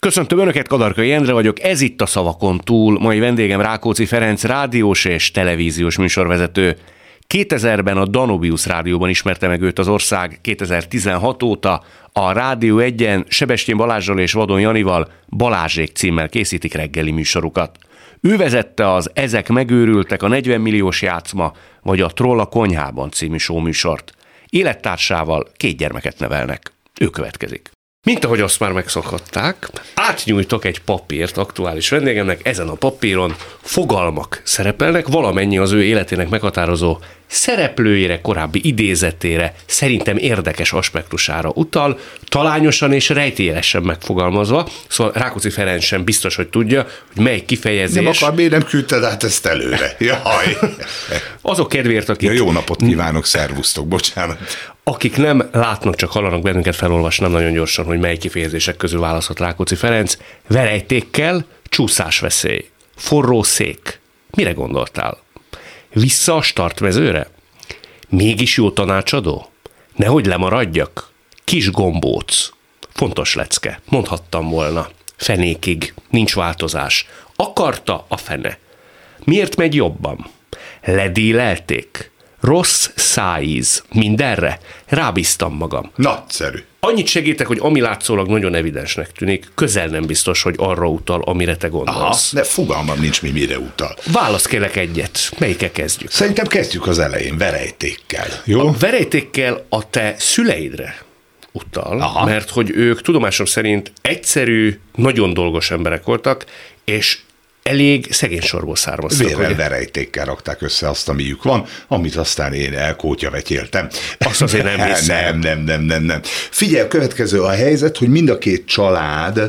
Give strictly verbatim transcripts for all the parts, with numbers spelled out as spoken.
Köszöntöm Önöket, Kadarkai Endre vagyok, ez itt a Szavakon túl. Mai vendégem Rákóczi Ferenc rádiós és televíziós műsorvezető. kétezerben a Danubius rádióban ismerte meg őt az ország, kétezer-tizenhat óta a Rádió egyen Sebestyén Balázsral és Vadon Janival Balázsék címmel készítik reggeli műsorukat. Ő vezette az Ezek megőrültek, a negyven milliós játszma vagy a Troll a konyhában című showműsort. Élettársával két gyermeket nevelnek. Ő következik. Mint ahogy azt már megszokhatták, átnyújtok egy papírt aktuális vendégemnek, ezen a papíron fogalmak szerepelnek, valamennyi az ő életének meghatározó szereplőjére, korábbi idézetére, szerintem érdekes aspektusára utal, talányosan és rejtélyesen megfogalmazva, szóval Rákóczi Ferenc sem biztos, hogy tudja, hogy mely kifejezés... Nem akar, miért nem küldted át ezt előre? Jaj! Azok kedvéért, akik... Ja, jó napot kívánok, szervusztok, bocsánat. Akik nem látnak, csak hallanak bennünket, felolvasnám nagyon gyorsan, hogy mely kifejezések közül választhat Rákóczi Ferenc. Verejtékkel, csúszásveszély, forró szék. Mire gondoltál? Vissza a startmezőre? Mégis jó tanácsadó? Nehogy lemaradjak? Kis gombóc. Fontos lecke. Mondhattam volna. Fenékig. Nincs változás. Akarta a fene. Miért megy jobban? Ledílelték? Rossz szájíz. Mindenre? Rábíztam magam. Nagyszerű. Annyit segítek, hogy ami látszólag nagyon evidensnek tűnik, közel nem biztos, hogy arra utal, amire te gondolsz. Aha, de fogalmam nincs, mi mire utal. Válasz kérlek egyet. Melyikkel kezdjük? Szerintem kezdjük az elején, verejtékkel. Jó? A verejtékkel a te szüleidre utal, Aha. mert hogy ők tudomásom szerint egyszerű, nagyon dolgos emberek voltak, és elég szegény sorból származtak. Vérrel verejtékkel rakták össze azt, amiük van, amit aztán én elkótyavetyéltem. Azt azért nem hiszem. nem, nem, nem, nem, nem. Figyelj, a következő a helyzet, hogy mind a két család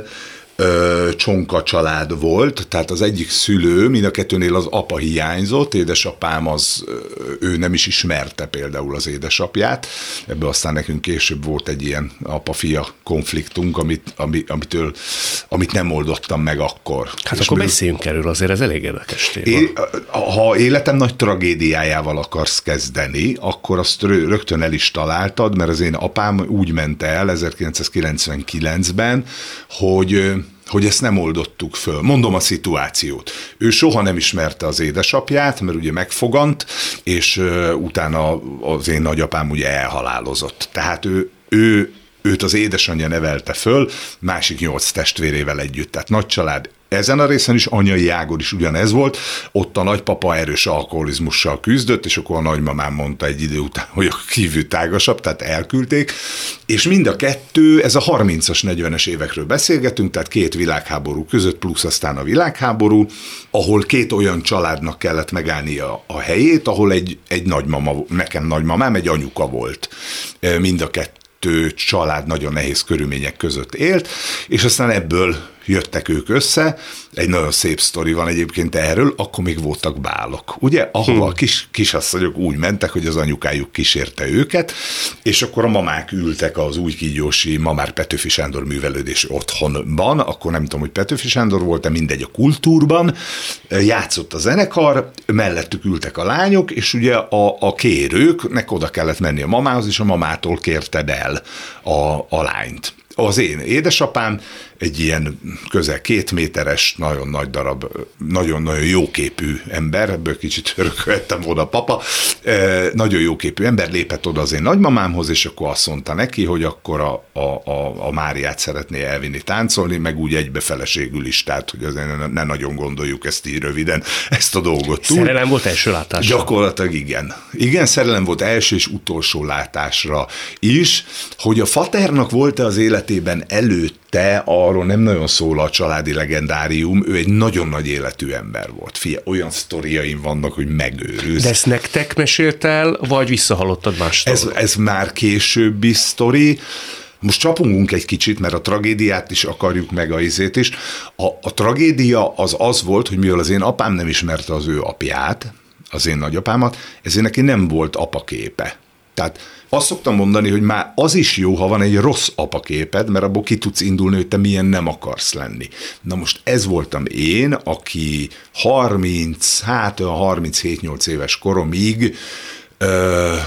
Ö, csonka család volt, tehát az egyik szülő, mind a kettőnél az apa hiányzott, édesapám az, ő nem is ismerte például az édesapját, ebből aztán nekünk később volt egy ilyen apa-fia konfliktunk, amit, amit, amitől, amit nem oldottam meg akkor. Hát és akkor mi... beszéljünk erről, azért ez elég érdekes téma. É, ha életem nagy tragédiájával akarsz kezdeni, akkor azt rögtön el is találtad, mert az én apám úgy ment el ezerkilencszázkilencvenkilencben, hogy hogy ezt nem oldottuk föl. Mondom a szituációt. Ő soha nem ismerte az édesapját, mert ugye megfogant, és uh, utána az én nagyapám ugye elhalálozott. Tehát ő, ő, őt az édesanyja nevelte föl, másik nyolc testvérével együtt. Tehát nagy család. Ezen a részen is anyai ágon is ugyanez volt, ott a nagypapa erős alkoholizmussal küzdött, és akkor a nagymamám mondta egy idő után, hogy a kívül tágasabb, tehát elküldték, és mind a kettő, ez a harmincas, negyvenes évekről beszélgetünk, tehát két világháború között, plusz aztán a világháború, ahol két olyan családnak kellett megállni a, a helyét, ahol egy, egy nagymama, nekem nagymamám, egy anyuka volt, mind a kettő család nagyon nehéz körülmények között élt, és aztán ebből jöttek ők össze, egy nagyon szép sztori van egyébként erről, akkor még voltak bálok, ugye, ahova hmm. a kis, kisasszonyok úgy mentek, hogy az anyukájuk kísérte őket, és akkor a mamák ültek az újkígyósi Mamár Petőfi Sándor művelődés otthonban, akkor nem tudom, hogy Petőfi Sándor volt-e, mindegy, a Kultúrban, játszott a zenekar, mellettük ültek a lányok, és ugye a, a kérőknek oda kellett menni a mamához, és a mamától kérted el a, a lányt. Az én édesapám egy ilyen közel két méteres, nagyon nagy darab, nagyon-nagyon jóképű ember, ebből kicsit örököltem oda papa, nagyon jóképű ember lépett oda az én nagymamámhoz, és akkor azt mondta neki, hogy akkor a, a, a, a Máriát szeretné elvinni táncolni, meg úgy egybe feleségül is, tehát hogy azért ne, ne nagyon gondoljuk ezt így röviden, ezt a dolgot túl. Szerelem volt első látásra? Gyakorlatilag igen. Igen, szerelem volt első és utolsó látásra is, hogy a faternak volt-e az életében előtte, arról nem nagyon szól a családi legendárium, ő egy nagyon nagy életű ember volt. Fia, olyan sztoriaim vannak, hogy megőrülsz. De ezt nektek mesélt el, vagy visszahallottad mástól? Ez, ez már későbbi sztori. Most csapongunk egy kicsit, mert a tragédiát is akarjuk, meg a izét is. A, a tragédia az az volt, hogy mivel az én apám nem ismerte az ő apját, az én nagyapámat, ezért neki nem volt apaképe. Tehát azt szoktam mondani, hogy már az is jó, ha van egy rossz apaképed, mert abból ki tudsz indulni, hogy te milyen nem akarsz lenni. Na most ez voltam én, aki harminc, hát olyan harminchét-nyolc éves koromig ö,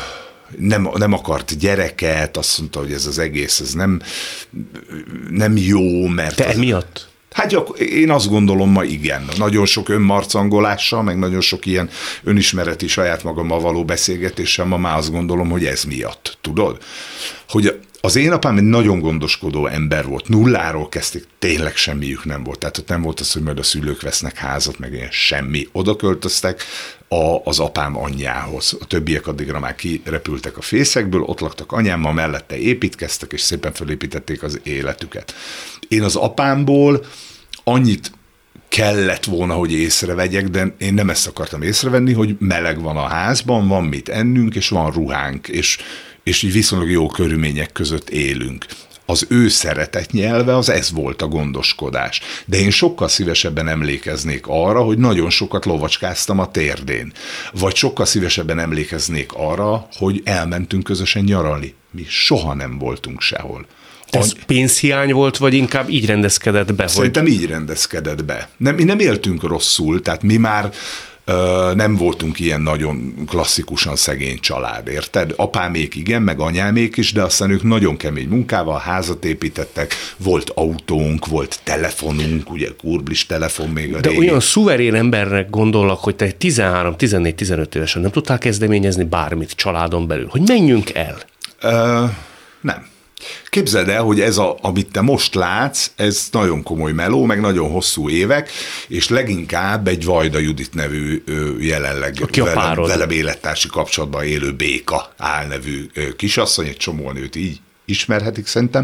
nem, nem akart gyereket, azt mondta, hogy ez az egész, ez nem, nem jó, mert... Te az, emiatt? Hát gyak, én azt gondolom, ma igen. Nagyon sok önmarcangolással, meg nagyon sok ilyen önismereti saját magammal való beszélgetéssel ma már azt gondolom, hogy ez miatt, tudod? Hogy az én apám egy nagyon gondoskodó ember volt, nulláról kezdték, tényleg semmiük nem volt. Tehát ott nem volt az, hogy majd a szülők vesznek házat, meg ilyen semmi. Oda költöztek a, az apám anyjához. A többiek addigra már kirepültek a fészekből, ott laktak anyámmal, mellette építkeztek, és szépen felépítették az életüket. Én az apámból annyit kellett volna, hogy észrevegyek, de én nem ezt akartam észrevenni, hogy meleg van a házban, van mit ennünk, és van ruhánk, és, és így viszonylag jó körülmények között élünk. Az ő szeretett nyelve az ez volt a gondoskodás. De én sokkal szívesebben emlékeznék arra, hogy nagyon sokat lovacskáztam a térdén. Vagy sokkal szívesebben emlékeznék arra, hogy elmentünk közösen nyaralni. Mi soha nem voltunk sehol. Ez pénzhiány volt, vagy inkább így rendezkedett be? Szerintem hogy... így rendezkedett be. Nem, mi nem éltünk rosszul, tehát mi már ö, nem voltunk ilyen nagyon klasszikusan szegény család, érted? Apámék igen, meg anyámék is, de aztán ők nagyon kemény munkával házat építettek, volt autónk, volt telefonunk, ugye kurblis telefon még a De régi. olyan szuverén embernek gondolok, hogy te tizenhárom, tizennégy, tizenöt évesen nem tudtál kezdeményezni bármit családon belül, hogy menjünk el? Ö, nem. Képzeld el, hogy ez, a, amit te most látsz, ez nagyon komoly meló, meg nagyon hosszú évek, és leginkább egy Vajda Judit nevű jelenleg velem, velem élettársi kapcsolatban élő Béka álnevű kisasszony, egy csomó nőt így ismerhetik szerintem,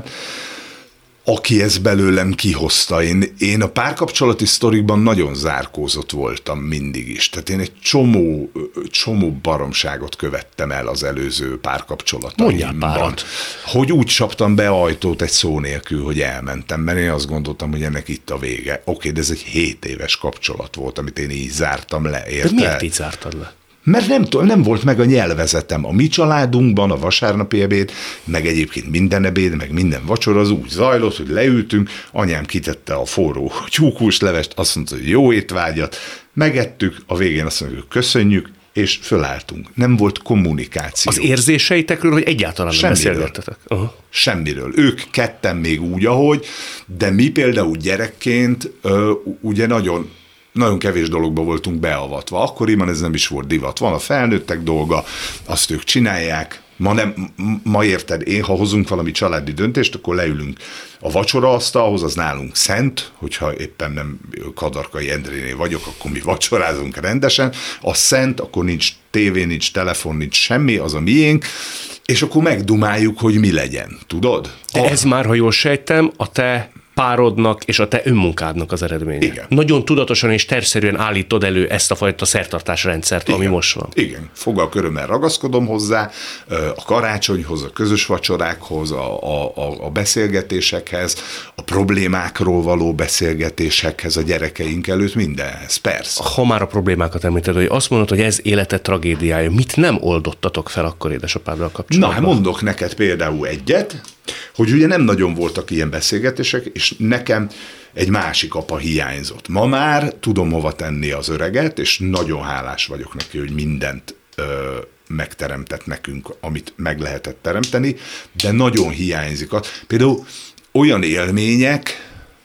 aki ezt belőlem kihozta. Én, én a párkapcsolati sztorikban nagyon zárkózott voltam mindig is. Tehát én egy csomó, csomó baromságot követtem el az előző párkapcsolatomban. Hogy úgy csaptam be ajtót egy szó nélkül, hogy elmentem, mert én azt gondoltam, hogy ennek itt a vége. Oké, de ez egy hét éves kapcsolat volt, amit én így zártam le, érted? De miért így zártad le? Mert nem, nem volt meg a nyelvezetem. A mi családunkban a vasárnapi ebéd, meg egyébként minden ebéd, meg minden vacsora az úgy zajlott, hogy leültünk, anyám kitette a forró tyúkhús levest, azt mondta, hogy jó étvágyat, megettük, a végén azt mondjuk, hogy köszönjük, és fölálltunk. Nem volt kommunikáció. Az érzéseitekről, hogy egyáltalán nem beszélgettetek? Uh-huh. Semmiről. Ők ketten még úgy, ahogy, de mi például gyerekként ö, ugye nagyon Nagyon kevés dologba voltunk beavatva. Akkoriban ez nem is volt divat. Van a felnőttek dolga, azt ők csinálják. Ma, nem, ma érted, én, ha hozunk valami családi döntést, akkor leülünk a vacsoraasztalhoz, az nálunk szent, hogyha éppen nem Kadarkai Endrénél vagyok, akkor mi vacsorázunk rendesen, az szent, akkor nincs tévé, nincs telefon, nincs semmi, az a miénk, és akkor megdumáljuk, hogy mi legyen, tudod? De a... ez már, ha jól sejtem, a te párodnak és a te önmunkádnak az eredménye. Igen. Nagyon tudatosan és tervszerűen állítod elő ezt a fajta szertartásrendszert, Igen. ami most van. Igen, fogalkörömmel ragaszkodom hozzá, a karácsonyhoz, a közös vacsorákhoz, a, a, a beszélgetésekhez, a problémákról való beszélgetésekhez, a gyerekeink előtt, mindenhez, persze. Ha már a problémákat említed, hogy azt mondod, hogy ez életed tragédiája, mit nem oldottatok fel akkor édesapáddal kapcsolatban? Na, mondok neked például egyet, hogy ugye nem nagyon voltak ilyen beszélgetések, és nekem egy másik apa hiányzott. Ma már tudom hova tenni az öreget, és nagyon hálás vagyok neki, hogy mindent ö, megteremtett nekünk, amit meg lehetett teremteni, de nagyon hiányzik. Például olyan élmények,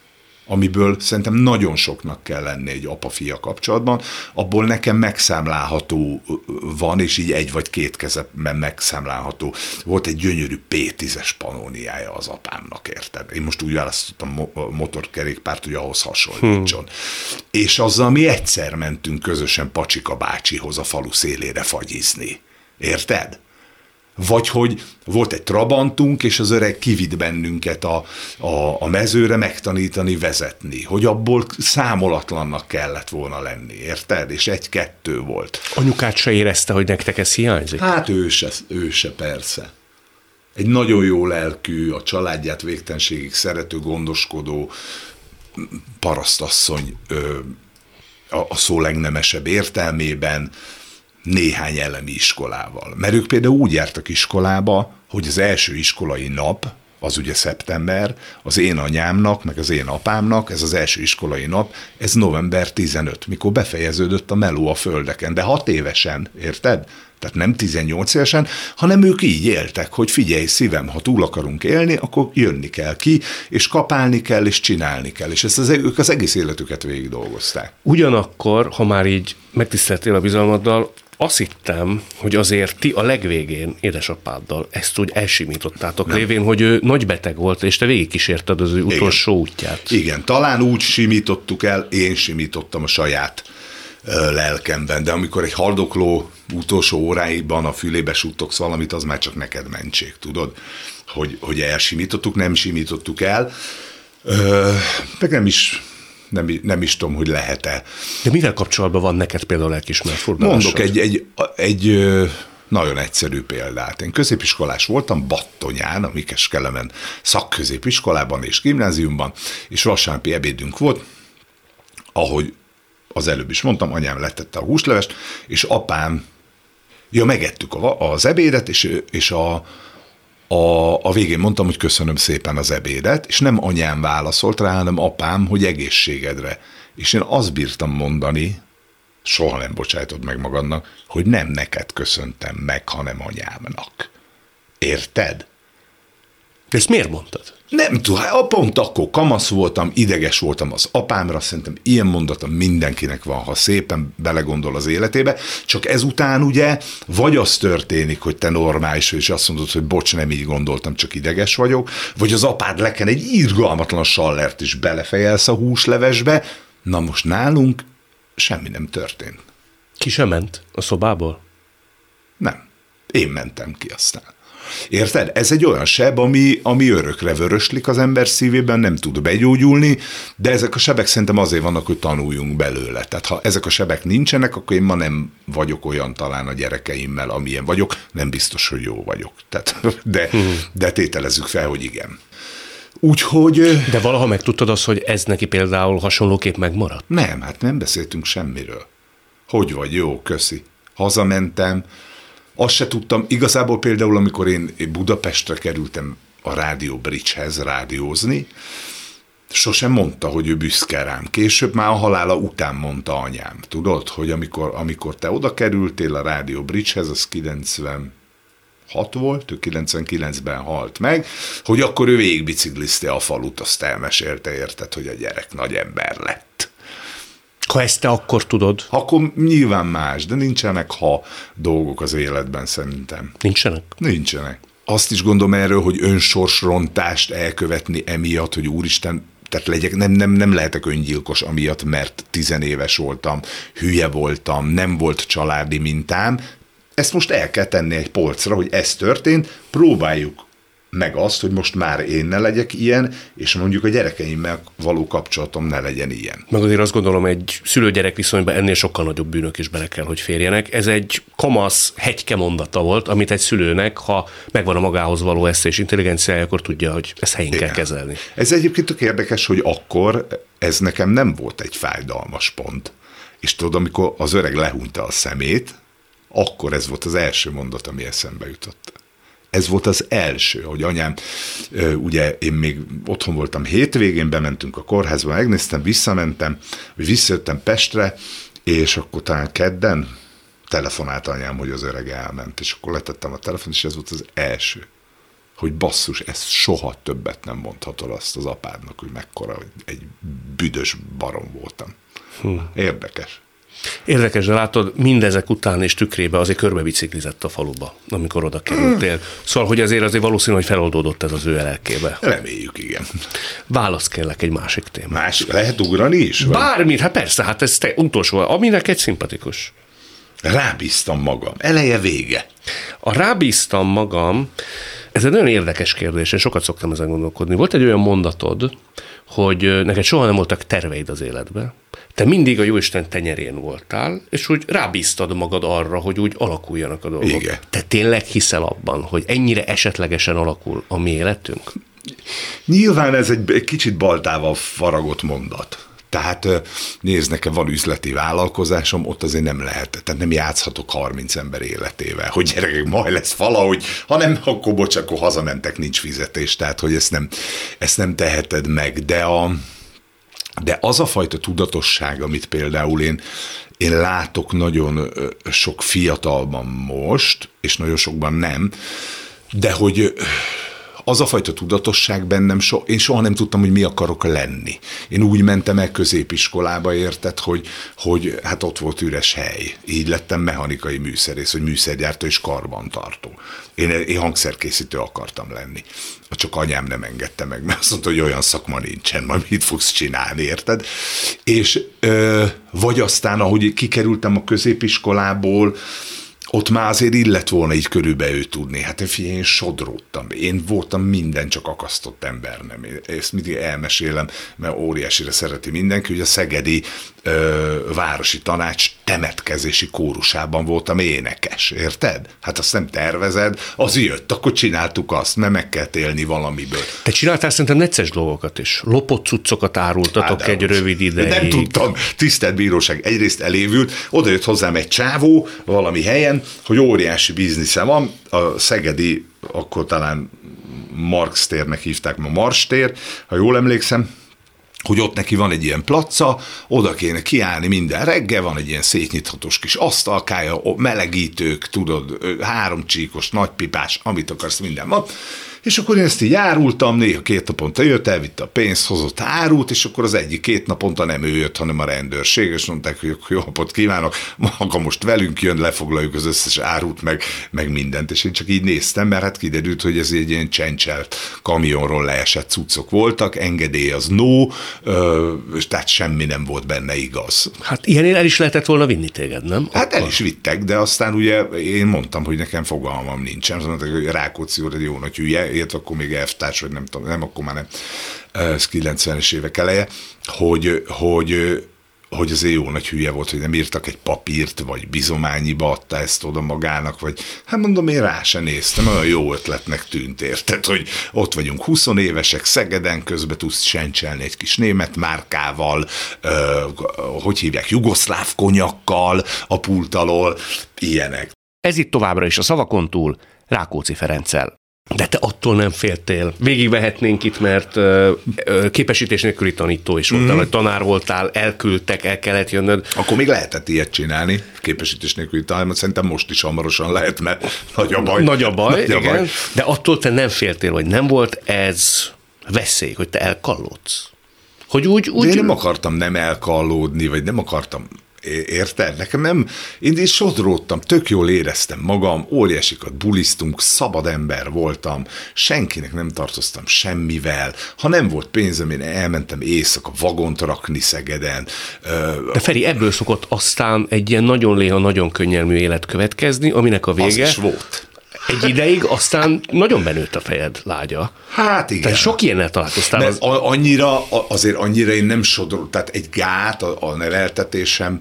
amiből szerintem nagyon soknak kell lenni egy apa-fia kapcsolatban, abból nekem megszámlálható van, és így egy vagy két kezemben megszámlálható. Volt egy gyönyörű pé tízes Pannoniája az apámnak, érted? Én most úgy választottam a motorkerékpárt, hogy ahhoz hasonlítson. Hmm. És azzal mi egyszer mentünk közösen Pacsika bácsihoz a falu szélére fagyizni. Érted? Vagy hogy volt egy trabantunk, és az öreg kivitt bennünket a, a, a mezőre megtanítani vezetni, hogy abból számolatlannak kellett volna lenni, érted? És egy-kettő volt. Anyukát se érezte, hogy nektek ez hiányzik? Hát ő se, ő se persze. Egy nagyon jó lelkű, a családját végtelenségig szerető, gondoskodó parasztasszony a, a szó legnemesebb értelmében, néhány elemi iskolával. Mert ők például úgy jártak iskolába, hogy az első iskolai nap az ugye szeptember, az én anyámnak, meg az én apámnak, ez az első iskolai nap, ez november tizenötödike, mikor befejeződött a meló a földeken, de hat évesen, érted? Tehát nem tizennyolc évesen, hanem ők így éltek, hogy figyelj szívem, ha túl akarunk élni, akkor jönni kell ki, és kapálni kell, és csinálni kell. És ezt az, ők az egész életüket végig dolgozták. Ugyanakkor, ha már így megtiszteltél a bizalmaddal, azt hittem, hogy azért ti a legvégén édesapáddal ezt úgy elsimítottátok nem. Lévén, hogy ő nagy beteg volt, és te végigkísérted az ő utolsó Igen. útját. Igen, talán úgy simítottuk el, én simítottam a saját ö, lelkemben, de amikor egy haldokló utolsó óráiban a fülébe suttogsz valamit, az már csak neked mentség, tudod? Hogy, hogy elsimítottuk, nem simítottuk el. Ö, meg nem is... Nem, nem is tudom, hogy lehet-e. De mivel kapcsolatban van neked például lelkiismeret furdalással? Mondok egy, egy, egy nagyon egyszerű példát. Én középiskolás voltam Battonyán, a Mikes Kelemen szakközépiskolában és gimnáziumban, és vasárnapi ebédünk volt, ahogy az előbb is mondtam, anyám letette a húslevest, és apám, ja, megettük az ebédet, és, és a A, a végén mondtam, hogy köszönöm szépen az ebédet, és nem anyám válaszolt rá, hanem apám, hogy egészségedre. És én azt bírtam mondani, soha nem bocsájtod meg magadnak, hogy nem neked köszöntem meg, hanem anyámnak. Érted? De ezt miért mondtad? Nem tudom, pont akkor kamasz voltam, ideges voltam az apámra, szerintem ilyen mondata mindenkinek van, ha szépen belegondol az életébe, csak ezután ugye vagy az történik, hogy te normális, és azt mondod, hogy bocs, nem így gondoltam, csak ideges vagyok, vagy az apád leken egy irgalmatlan sallert is belefejelsz a húslevesbe, na most nálunk semmi nem történt. Ki sem ment a szobából? Nem. Én mentem ki aztán. Érted? Ez egy olyan seb, ami, ami örökre vöröslik az ember szívében, nem tud begyógyulni, de ezek a sebek szerintem azért vannak, hogy tanuljunk belőle. Tehát ha ezek a sebek nincsenek, akkor én ma nem vagyok olyan talán a gyerekeimmel, amilyen vagyok, nem biztos, hogy jó vagyok. Tehát, de, de tételezzük fel, hogy igen. Úgyhogy... De valaha megtudtad azt, hogy ez neki például hasonlóképp megmaradt? Nem, hát nem beszéltünk semmiről. Hogy vagy, jó, köszi. Hazamentem, azt se tudtam, igazából például, amikor én Budapestre kerültem a Rádió Bridge-hez rádiózni, sosem mondta, hogy ő büszke rám. Később már a halála után mondta anyám. Tudod, hogy amikor, amikor te oda kerültél a Rádió Bridge-hez, az kilencvenhat volt, ő kilencvenkilencben halt meg, hogy akkor ő végigbiciklizte a falut, azt elmesélte, érted, hogy a gyerek nagy ember lett. Ha ezt te akkor tudod. Akkor nyilván más, de nincsenek ha dolgok az életben szerintem. Nincsenek? Nincsenek. Azt is gondolom erről, hogy önsorsrontást elkövetni emiatt, hogy úristen, tehát legyek, nem, nem, nem lehetek öngyilkos amiatt, mert tizenéves voltam, hülye voltam, nem volt családi mintám. Ezt most el kell tenni egy polcra, hogy ez történt, próbáljuk meg azt, hogy most már én ne legyek ilyen, és mondjuk a gyerekeimmel való kapcsolatom ne legyen ilyen. Meg azért azt gondolom, egy szülő-gyerek viszonyban ennél sokkal nagyobb bűnök is bele kell, hogy férjenek. Ez egy kamasz hegyke mondata volt, amit egy szülőnek, ha megvan a magához való esze és intelligenciája, akkor tudja, hogy ezt helyén Igen. kell kezelni. Ez egyébként tök érdekes, hogy akkor ez nekem nem volt egy fájdalmas pont. És tudod, amikor az öreg lehúnyta a szemét, akkor ez volt az első mondat, ami eszembe jutott. Ez volt az első, hogy anyám, ugye én még otthon voltam hétvégén, bementünk a kórházba, megnéztem, visszamentem, hogy visszajöttem Pestre, és akkor talán kedden telefonált anyám, hogy az öreg elment, és akkor letettem a telefon, és ez volt az első, hogy basszus, ezt soha többet nem mondhatod azt az apádnak, hogy mekkora, hogy egy büdös barom voltam. Hm. Érdekes. Érdekes, de látod, mindezek után és tükrébe azért körbebiciklizett a faluba, amikor oda kerültél. Szóval, hogy azért azért valószínű, hogy feloldódott ez az ő lelkébe. Reméljük, igen. Válasz kérlek egy másik téma. Másik, lehet ugrani is? Vagy? Bármit, hát persze, hát ez te utolsó, ami neked szimpatikus. Rábíztam magam. Eleje, vége. A rábíztam magam, ez egy nagyon érdekes kérdés, én sokat szoktam ezen gondolkodni. Volt egy olyan mondatod, hogy neked soha nem voltak terveid az életben. Te mindig a Jóisten tenyerén voltál, és úgy rábíztad magad arra, hogy úgy alakuljanak a dolgok. Igen. Te tényleg hiszel abban, hogy ennyire esetlegesen alakul a mi életünk? Nyilván ez egy kicsit baltával faragott mondat. Tehát nézd, nekem van üzleti vállalkozásom, ott azért nem lehet, tehát nem játszhatok harminc ember életével, hogy gyerekek, majd lesz valahogy, ha nem, akkor bocs, akkor hazamentek, nincs fizetés, tehát hogy ezt nem, ezt nem teheted meg, de a De az a fajta tudatosság, amit például én, én látok nagyon sok fiatalban most, és nagyon sokban nem, de hogy az a fajta tudatosság bennem, so, én soha nem tudtam, hogy mi akarok lenni. Én úgy mentem el középiskolába, érted, hogy, hogy hát ott volt üres hely. Így lettem mechanikai műszerész, vagy műszergyártó és karbantartó. Én, én hangszerkészítő akartam lenni. Csak anyám nem engedte meg, mert azt mondta, hogy olyan szakma nincsen, majd mit fogsz csinálni, érted? És ö, vagy aztán, ahogy kikerültem a középiskolából, ott már azért illett volna így körülbelül tudni. Hát én figyelj, én sodródtam. Én voltam minden, csak akasztott ember nem. Ezt mindig elmesélem, mert óriásira szereti mindenki, hogy a szegedi ö, városi tanács temetkezési kórusában voltam énekes, érted? Hát azt nem tervezed, az jött, akkor csináltuk azt, mert meg kell élni valamiből. Te csináltál szerintem necces dolgokat is. Lopott cuccokat árultatok egy rövid ideig. Nem tudtam, tisztelt bíróság, egyrészt elévült, oda jött hozzám egy csávó valami helyen, hogy óriási biznisze van, a szegedi, akkor talán Marx térnek hívták, ma Mars tér, ha jól emlékszem, hogy ott neki van egy ilyen placa, oda kéne kiállni minden reggel, van egy ilyen szétnyithatós kis asztalkája, melegítők, tudod, három csíkos, nagypipás, amit akarsz, minden van. És akkor én ezt így árultam, néha két naponta jött, elvitte a pénzt, hozott árut, és akkor az egyik két naponta nem ő jött, hanem a rendőrség, és mondták, hogy jó napot kívánok, maga most velünk jön, lefoglaljuk az összes árut, meg, meg mindent. És én csak így néztem, mert hát kiderült, hogy ez egy ilyen csencselt kamionról leesett cuccok voltak, engedély az no, ö, tehát semmi nem volt benne igaz. Hát ilyenért el is lehetett volna vinni téged, nem? Hát akkor? El is vittek, de aztán ugye én mondtam, hogy nekem fogalmam nincsen. Azt mondták, hogy Rákóczi úr egy jó nagy hülye, ilyet akkor még elvtárs, vagy nem tudom, nem, akkor már nem, ez kilencvenes évek eleje, hogy, hogy, hogy azért jó nagy hülye volt, hogy nem írtak egy papírt, vagy bizományiba adta ezt oda magának, vagy hát mondom, én rá se néztem, olyan jó ötletnek tűnt, érted, hogy ott vagyunk húsz évesek Szegeden, közben tudsz sencselni egy kis német márkával, ö, hogy hívják, jugoszláv konyakkal a pult alól, ilyenek. Ez itt továbbra is a szavakon túl Rákóczi Ferenccel. De te attól nem féltél. Végigvehetnénk itt, mert ö, ö, képesítés nélküli tanító is voltál, mm. vagy tanár voltál, elküldtek, el kellett jönnöd. Akkor még lehetett ilyet csinálni, képesítés nélküli tanár, szerintem most is hamarosan lehet, mert nagy a baj. Nagy a baj, nagy a igen. Baj. De attól te nem féltél, hogy nem volt ez veszély, hogy te elkallódsz. Hogy úgy, úgy... De én nem akartam nem elkallódni, vagy nem akartam... Érted? Nekem nem, én is sodródtam, tök jól éreztem magam, óriásikat buliztunk, szabad ember voltam, senkinek nem tartoztam semmivel, ha nem volt pénzem, én elmentem éjszaka vagont rakni Szegeden. De Feri, ebből szokott aztán egy ilyen nagyon léha, nagyon könnyelmű élet következni, aminek a vége... Az is volt. Egy ideig, aztán nagyon benőtt a fejed, lágya. Hát igen. Tehát sok ilyennel találkoztál. Az... Annyira, azért annyira én nem sodró, tehát egy gát a, a neveltetésem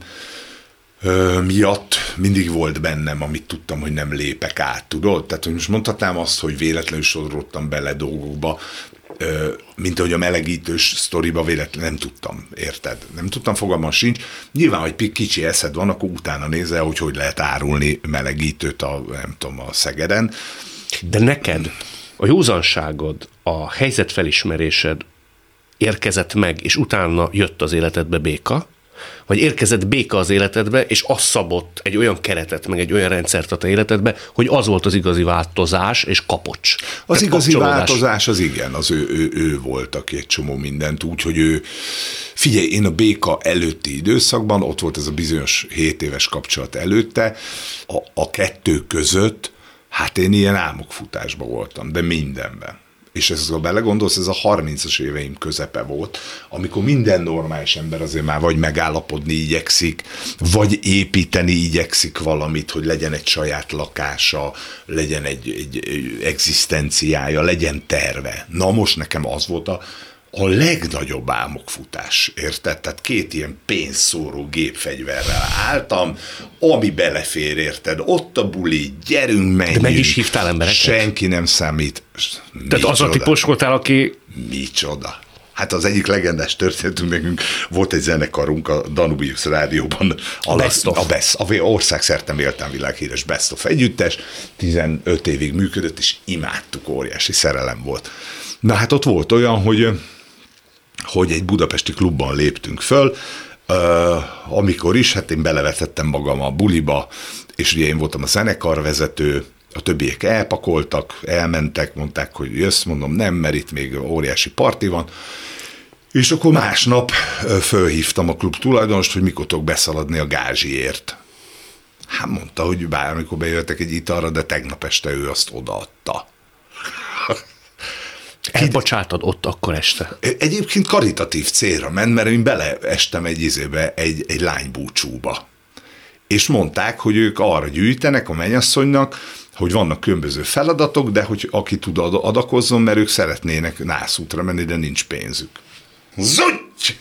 ö, miatt mindig volt bennem, amit tudtam, hogy nem lépek át, tudod? Tehát hogy most mondhatnám azt, hogy véletlenül sodródtam bele dolgokba, ö, mint ahogy a melegítős sztoriba véletlenül nem tudtam, érted? Nem tudtam, fogalmam sincs. Nyilván, hogy kicsi eszed van, akkor utána nézel, hogy hogy lehet árulni melegítőt a, nem tudom, a Szegeden. De neked a józanságod, a helyzetfelismerésed érkezett meg, és utána jött az életedbe béka, vagy érkezett béka az életedbe, és az szabott egy olyan keretet, meg egy olyan rendszert a te életedbe, hogy az volt az igazi változás, és kapocs. Az Tehát igazi változás az igen, az ő, ő, ő volt, aki egy csomó mindent úgy, hogy ő, figyelj, én a béka előtti időszakban, ott volt ez a bizonyos hét éves kapcsolat előtte, a, a kettő között, hát én ilyen álmokfutásban voltam, de mindenben. És ez, ha belegondolsz, ez a harmincas éveim közepe volt, amikor minden normális ember azért már vagy megállapodni igyekszik, vagy építeni igyekszik valamit, hogy legyen egy saját lakása, legyen egy, egy, egy egzisztenciája, legyen terve. Na most nekem az volt a, a legnagyobb álmokfutás, érted? Tehát két ilyen pénzszóró gépfegyverrel álltam, ami belefér, érted? Ott a buli, gyerünk, menjünk. De meg is hívtál embereket? Senki nem számít. Tehát az a típus voltál, aki... Micsoda? Hát az egyik legendás történetünk nekünk, volt egy zenekarunk a Danubius Rádióban, a Best of. A Best, a országszerte méltán világhíres Best of együttes, tizenöt évig működött, és imádtuk, óriási szerelem volt. Na hát ott volt olyan, hogy, hogy egy budapesti klubban léptünk föl, amikor is, hát én belevetettem magam a buliba, és ugye én voltam a zenekarvezető, a többiek elpakoltak, elmentek, mondták, hogy jössz, mondom, nem, mert itt még óriási parti van. És akkor másnap fölhívtam a klub tulajdonost, hogy mikor tudok beszaladni a gázsiért. Hát mondta, hogy bármikor bejöttek egy italra, de tegnap este ő azt odaadta. Elbocsátod ott akkor este? Egyébként karitatív célra ment, mert én beleestem egy izébe, egy, egy lánybúcsúba. És mondták, hogy ők arra gyűjtenek a mennyasszonynak, hogy vannak különböző feladatok, de hogy aki tud adakozzon, mert ők szeretnének nászútra menni, de nincs pénzük. Zutty!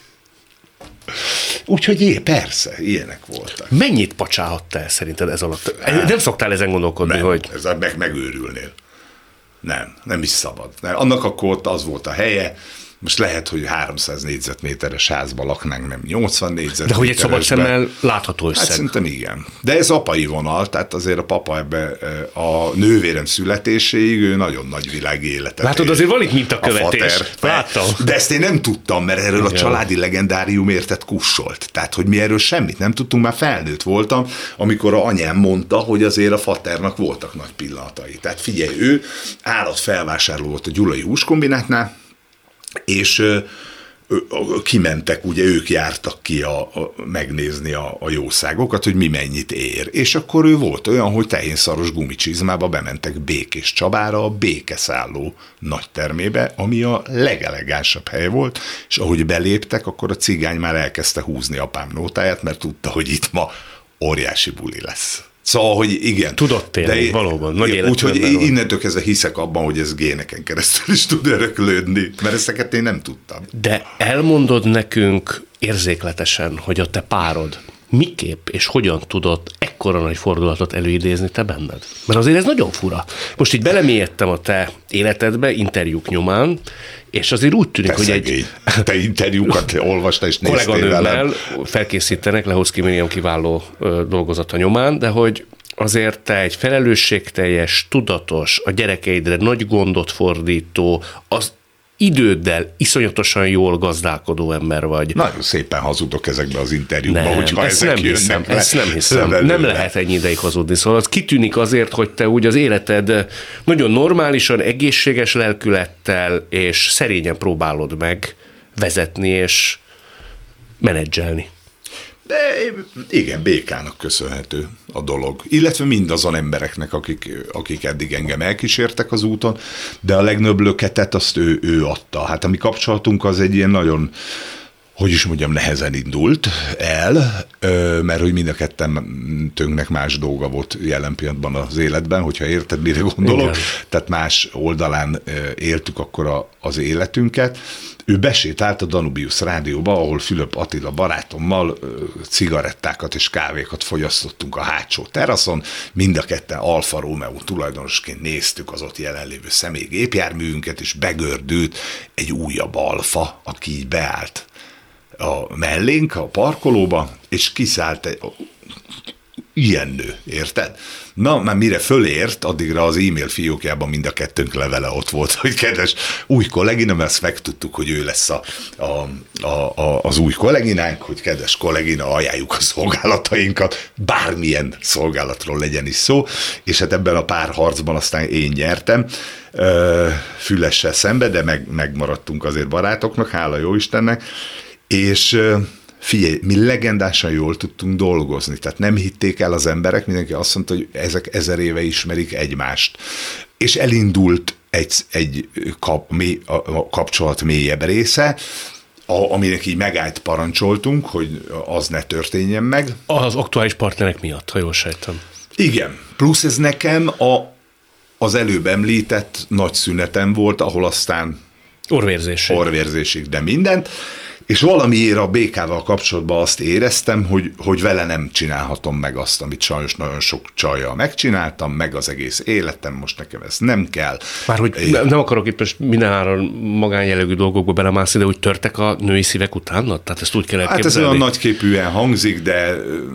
Úgyhogy é, persze, ilyenek voltak. Mennyit pacsálhattál szerinted ez alatt? Hát, nem szoktál ezen gondolkodni, nem, hogy... Ez meg, megőrülnél. Nem, nem is szabad. Annak akkor ott az volt a helye, most lehet, hogy háromszáz négyzetméteres házban laknánk, nem nyolcvan négyzetméteresben. De hogy egy szabad szemmel látható összeg. Hát szerintem igen. De ez apai vonal, tehát azért a papa ebbe a nővérem születéséig ő nagyon nagy világi életet. Látod, azért van itt mintakövetés. Láttam. De ezt én nem tudtam, mert erről a családi legendárium érted kussolt. Tehát, hogy mi erről semmit nem tudtunk, már felnőtt voltam, amikor a anyám mondta, hogy azért a faternak voltak nagy pillanatai. Tehát figyelj, ő állatfelvásárló volt a Gyulai Húskombinátnál, és ö, ö, kimentek, ugye ők jártak ki a, a, megnézni a, a jószágokat, hogy mi mennyit ér. És akkor ő volt olyan, hogy tehénszaros gumicsizmába bementek Békés Csabára, a békeszálló nagytermébe, ami a legelegánsabb hely volt, és ahogy beléptek, akkor a cigány már elkezdte húzni apám nótáját, mert tudta, hogy itt ma óriási buli lesz. Szóval, hogy igen. Tudott élni, valóban. Nagy úgyhogy innentől kezdve hiszek abban, hogy ez géneken keresztül is tud öröklődni, mert ezeket én nem tudtam. De elmondod nekünk érzékletesen, hogy a te párod miképp és hogyan tudott ekkora nagy fordulatot előidézni te benned? Mert azért ez nagyon fura. Most így belemélyedtem a te életedbe, interjúk nyomán, és azért úgy tűnik, te hogy szegény. egy... Te interjúkat olvasta és néztél kolléganőmmel felkészítenek, Lehoczky Miriam kiváló dolgozata nyomán, de hogy azért te egy felelősségteljes, tudatos, a gyerekeidre nagy gondot fordító, az időddel iszonyatosan jól gazdálkodó ember vagy. Nagyon szépen hazudok ezekbe az interjúkba, nem, hogyha ezt ezek nem hiszem, le, ezt nem hiszem. Nem lehet ennyi ideig hazudni. Szóval az kitűnik azért, hogy te úgy az életed nagyon normálisan, egészséges lelkülettel és szerényen próbálod meg vezetni és menedzselni. De igen, Békának köszönhető a dolog. Illetve mindazon embereknek, akik, akik eddig engem elkísértek az úton, de a legnagyobb löketet azt ő, ő adta. Hát a mi kapcsolatunk az egy ilyen nagyon, hogy is mondjam, nehezen indult el, mert hogy mind a kettőnknek más dolga volt jelen pillanatban az életben, hogyha érted, mire gondolok. Igen. Tehát más oldalán éltük akkor a, az életünket. Ő besétált a Danubius Rádióba, ahol Fülöp Attila barátommal cigarettákat és kávékat fogyasztottunk a hátsó teraszon, mind a ketten Alfa Romeo tulajdonosként néztük az ott jelenlévő személygépjárműünket, és begördült egy újabb Alfa, aki így beállt a mellénk, a parkolóba, és kiszállt egy ilyen nő, érted? Na, már mire fölért, addigra az e-mail fiókjában mind a kettőnk levele ott volt, hogy kedves új kollégina, mert ezt megtudtuk, hogy ő lesz a, a, a, a, az új kolléginánk, hogy kedves kollégina, ajánljuk a szolgálatainkat, bármilyen szolgálatról legyen is szó, és hát ebben a pár harcban aztán én nyertem, Fülessel szembe, de meg, megmaradtunk azért barátoknak, hála jó Istennek, és figyelj, mi legendásan jól tudtunk dolgozni, tehát nem hitték el az emberek, mindenki azt mondta, hogy ezek ezer éve ismerik egymást. És elindult egy, egy kap, mély, a kapcsolat mélyebb része, a, aminek így megállt parancsoltunk, hogy az ne történjen meg. Az aktuális partnerek miatt, ha jól sejtem. Igen, plusz ez nekem a, az előbb említett nagy szünetem volt, ahol aztán orvérzésig, orvérzésig de mindent, És valamiért a békával kapcsolatban azt éreztem, hogy, hogy vele nem csinálhatom meg azt, amit sajnos nagyon sok csajjal megcsináltam, meg az egész életem, most nekem ez nem kell. Már hogy Én... nem akarok itt most mindenáron magánjellegű dolgokba belemászni, de úgy törtek a női szívek utána? Tehát ezt úgy kell elképzelni? Hát ez olyan nagyképűen hangzik, de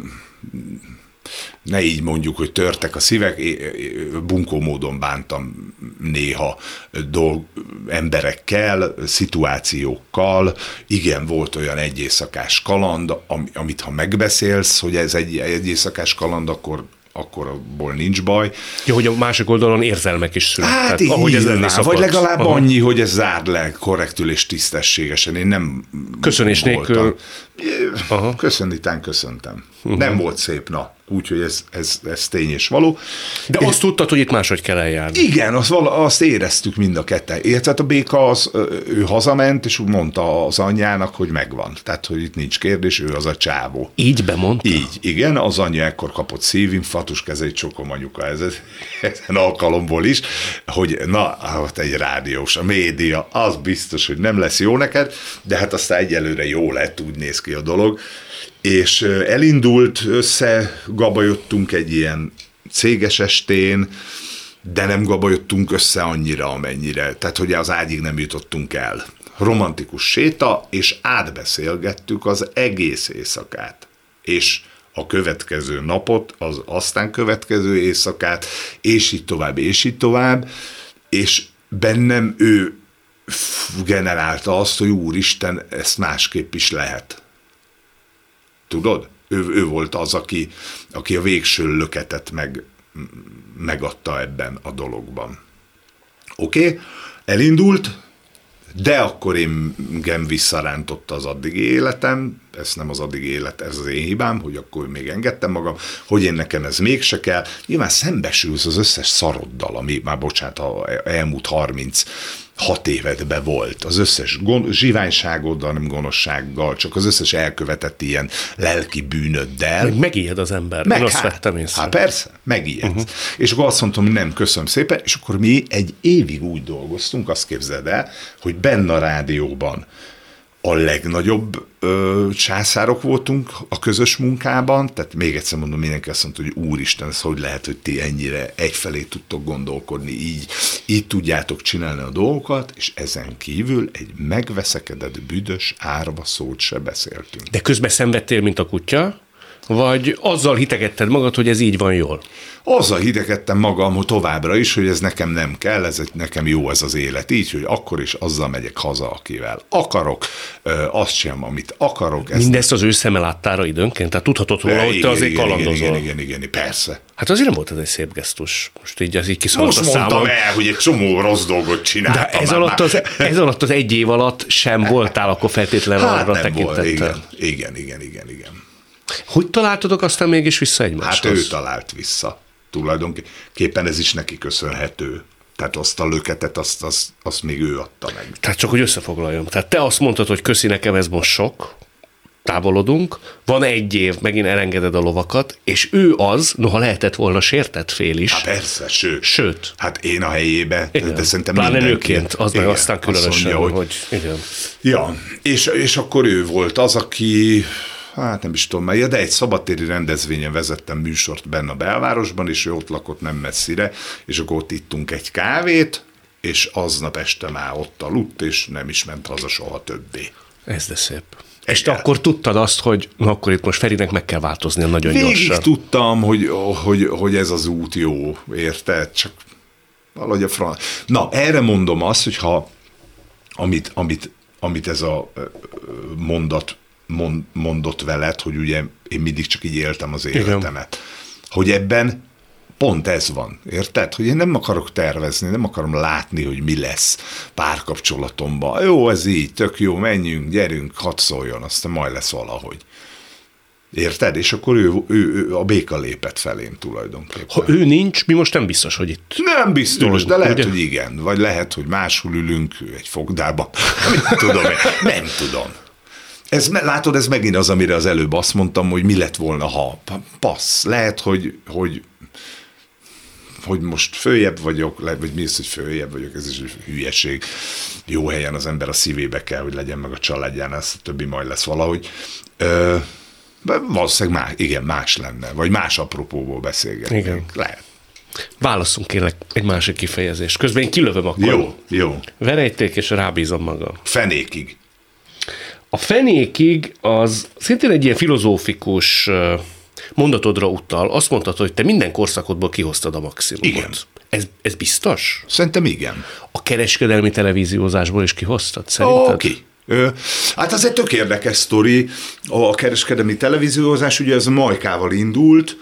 ne így mondjuk, hogy törtek a szívek, bunkó módon bántam néha dolg, emberekkel, szituációkkal. Igen, volt olyan egy éjszakás kaland, amit ha megbeszélsz, hogy ez egy, egy éjszakás kaland, akkor akkor abból nincs baj. Ja, hogy a másik oldalon érzelmek is születnek. Hát így, ahogy ez lenni szokott. Vagy legalább Aha. annyi, hogy ez zárd le korrektül és tisztességesen. Én nem Köszönés nélkül. Köszönítán köszöntem. Uh-huh. Nem volt szép, na. Úgyhogy ez, ez, ez tény és való. De és azt tudtad, hogy itt máshogy kell eljárni. Igen, azt, vala, azt éreztük mind a ketten. Érted, a béka, az, ő hazament, és úgy mondta az anyjának, hogy megvan. Tehát, hogy itt nincs kérdés, ő az a csávó. Így bemondta? Így, igen, az anyja ekkor kapott szívinfarktus, kezeit csokom anyuka ez, ezen alkalomból is, hogy na, hát egy rádiós, a média, az biztos, hogy nem lesz jó neked, de hát aztán egyelőre jó lett, úgy néz ki a dolog. És elindult, összegabajodtunk egy ilyen céges estén, de nem gabajodtunk össze annyira, amennyire. Tehát, hogy az ágyig nem jutottunk el. Romantikus séta, és átbeszélgettük az egész éjszakát. És a következő napot, az aztán következő éjszakát, és így tovább, és így tovább. És bennem ő generálta azt, hogy úristen, ezt másképp is lehet. Tudod? Ő, ő volt az, aki, aki a végső löketet meg, megadta ebben a dologban. Oké, okay, elindult, de akkor engem visszarántotta az addigi életem, ez nem az addigi élet, ez az én hibám, hogy akkor még engedtem magam, hogy én nekem ez mégse kell. Nyilván szembesülsz az összes szaroddal, ami már bocsánat, a elmúlt harminc hat évedben volt. Az összes gon- zsiványságoddal, nem gonoszsággal, csak az összes elkövetett ilyen lelki bűnöddel. Meg megijed az ember. Meg Én azt hát, vettem észre. Hát persze, megijed. Uh-huh. És akkor azt mondtam, hogy nem, köszönöm szépen, és akkor mi egy évig úgy dolgoztunk, azt képzeld el, hogy benne a rádióban a legnagyobb ö, császárok voltunk a közös munkában, tehát még egyszer mondom, mindenki azt mondta, hogy úristen, ez hogy lehet, hogy ti ennyire egyfelé tudtok gondolkodni, így, így tudjátok csinálni a dolgokat, és ezen kívül egy megveszekedett, büdös, árva szót se beszéltünk. De közben szenvedtél, mint a kutya, vagy azzal hitegetted magad, hogy ez így van jól? Azzal hidegettem magam, hogy továbbra is, hogy ez nekem nem kell, ez nekem jó ez az élet, így, hogy akkor is azzal megyek haza, akivel akarok, azt sem, amit akarok. Mindezt az ő szeme láttára időnként? Tehát tudhatod róla, hogy te azért kalandozol. Igen, igen, igen, igen, persze. Hát azért nem volt ez egy szép gesztus. Most így az így kiszaladt a számon. Most mondtam el, hogy egy csomó rossz dolgot csináltam. De ez alatt, az, ez alatt az egy év alatt sem voltál akkor feltétlenül hát arra tekintettel. Igen, igen, igen, igen, igen. Hogy találtatok aztán mégis vissza egymáshoz? Hát ő talált vissza. Tulajdonképpen ez is neki köszönhető. Tehát azt a löketet, azt, azt, azt még ő adta meg. Tehát csak, hogy összefoglaljam. Tehát te azt mondtad, hogy köszi, nekem ez most sok, távolodunk, van egy év, megint elengeded a lovakat, és ő az, noha lehetett volna sértett fél is. Hát persze, sőt. Sőt. Hát én a helyébe, igen. De szerintem pláne nőként, az igen, meg aztán különösen, mondja, hogy... hogy igen. Ja, és, és akkor ő volt az, aki... Hát nem is tudom mely, de egy szabadtéri rendezvényen vezettem műsort benne a belvárosban, és ő ott lakott nem messzire, és akkor ott ittunk egy kávét, és aznap este már ott aludt, és nem is ment haza soha többé. Ez de szép. És te akkor tudtad azt, hogy na akkor itt most Ferinek meg kell változnia nagyon Végig gyorsan. Végig tudtam, hogy, hogy, hogy ez az út jó, érted? Csak valahogy a franc. Na, erre mondom azt, hogy ha amit, amit, amit ez a mondat Mond, mondott veled, hogy ugye én mindig csak így éltem az életemet. Igen. Hogy ebben pont ez van, érted? Hogy én nem akarok tervezni, nem akarom látni, hogy mi lesz párkapcsolatomban. Jó, ez így, tök jó, menjünk, gyerünk, hadd szóljon, aztán majd lesz valahogy. Érted? És akkor ő, ő, ő a béka lépett felém tulajdonképpen. Ha ő nincs, mi most nem biztos, hogy itt Nem biztos, ülünk, de lehet, ugye? hogy igen. Vagy lehet, hogy máshol ülünk egy fogdában. Nem tudom, nem tudom. Ez, látod, ez megint az, amire az előbb azt mondtam, hogy mi lett volna, ha passz. Lehet, hogy, hogy hogy most följebb vagyok, vagy mi az, hogy följebb vagyok, ez is hülyeség. Jó helyen az ember a szívébe kell, hogy legyen, meg a családján, ez a többi majd lesz valahogy. Ö, valószínűleg más, igen, más lenne, vagy más apropóból beszélgetnénk. Igen. Lehet. Válasszunk kérlek egy másik kifejezést. Közben én kilövöm akkor. Jó, jó. Verejték, és rábízom magam. Fenékig. A fenékig az szintén egy ilyen filozófikus mondatodra utal. Azt mondtad, hogy te minden korszakodból kihoztad a maximumot. Igen. Ez, ez biztos? Szerintem igen. A kereskedelmi televíziózásból is kihoztad, szerinted? Oké. Okay. Ö, hát az egy tök érdekes sztori. A kereskedelmi televíziózás ugye ez Majkával indult,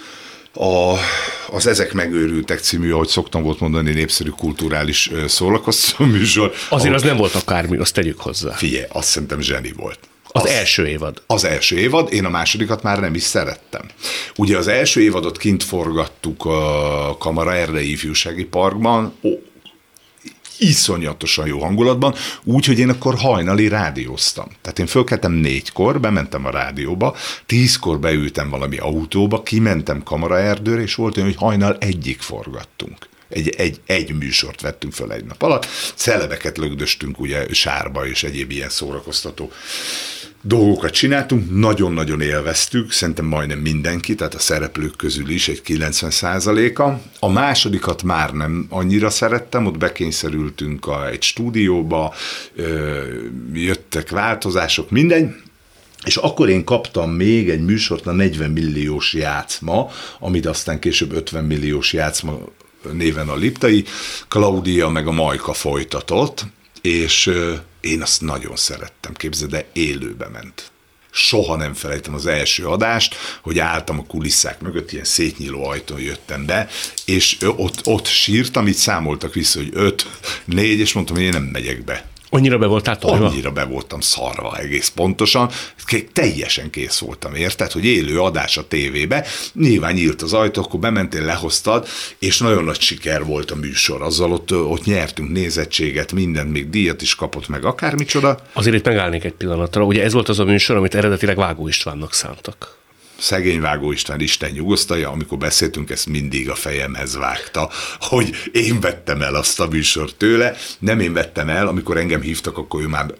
A, az Ezek megőrültek című, ahogy szoktam volt mondani, népszerű kulturális szórakoztató műsor. Azért ahol, az nem volt akármi, azt tegyük hozzá. Figyelj, azt szerintem zseni volt. Az, az első évad. Az első évad, én a másodikat már nem is szerettem. Ugye az első évadot kint forgattuk a Kamara Erdei Ifjúsági Parkban, ó, iszonyatosan jó hangulatban, úgy, hogy én akkor hajnali rádióztam. Tehát én fölkeltem négykor, bementem a rádióba, tízkor beültem valami autóba, kimentem Kamaraerdőre, és volt olyan, hogy hajnal egyik forgattunk. Egy, egy, egy műsort vettünk föl egy nap alatt, celebeket lögdöstünk ugye sárba, és egyéb ilyen szórakoztató dolgokat csináltunk, nagyon-nagyon élveztük, szerintem majdnem mindenki, tehát a szereplők közül is egy kilencven százaléka. A másodikat már nem annyira szerettem, ott bekényszerültünk a, egy stúdióba, ö, jöttek változások, mindegy, és akkor én kaptam még egy műsort, a negyven milliós játszma, amit aztán később ötven milliós játszma néven a Liptai, Klaudia meg a Majka folytatott, és én azt nagyon szerettem, képzeld, de élőbe ment. Soha nem felejtem az első adást, hogy álltam a kulisszák mögött, ilyen szétnyíló ajtón jöttem be, és ott, ott sírtam, így számoltak vissza, hogy öt, négy, és mondtam, hogy én nem megyek be. Annyira be voltál tolva? Annyira be voltam szarva egész pontosan, teljesen kész voltam, érted, hogy élő adás a tévébe, nyilván nyílt az ajtó, akkor bementél, lehoztad, és nagyon nagy siker volt a műsor, azzal ott, ott nyertünk nézettséget, mindent, még díjat is kapott meg, akármicsoda. Azért itt megállnék egy pillanatra, ugye ez volt az a műsor, amit eredetileg Vágó Istvánnak szántak. Szegény Vágó István, Isten nyugosztalja, amikor beszéltünk, ezt mindig a fejemhez vágta, hogy én vettem el azt a műsort tőle, nem én vettem el, amikor engem hívtak, akkor ő már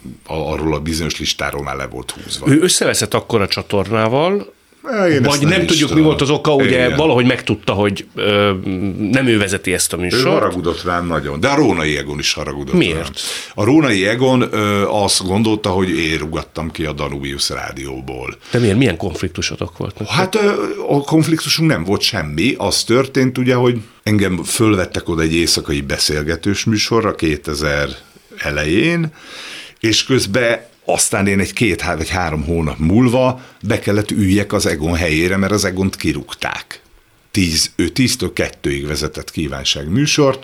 arról a bizonyos listáról már le volt húzva. Ő összeveszett akkor a csatornával, Én vagy nem, nem tudjuk, mi volt az oka, ugye igen. Valahogy megtudta, hogy ö, nem ő vezeti ezt a műsort. Ő haragudott rám nagyon, de a Rónai Egon is haragudott Miért? rám. A Rónai Egon ö, azt gondolta, hogy én rugattam ki a Danubius rádióból. De miért? Milyen konfliktusotok volt? Hát ö, a konfliktusunk nem volt semmi. Az történt ugye, hogy engem fölvettek oda egy éjszakai beszélgetős műsorra kétezer elején, és közben aztán én egy két vagy három hónap múlva be kellett üljek az Egon helyére, mert az Egont kirúgták. Tíz, ő tíztől kettőig vezetett kívánság műsort,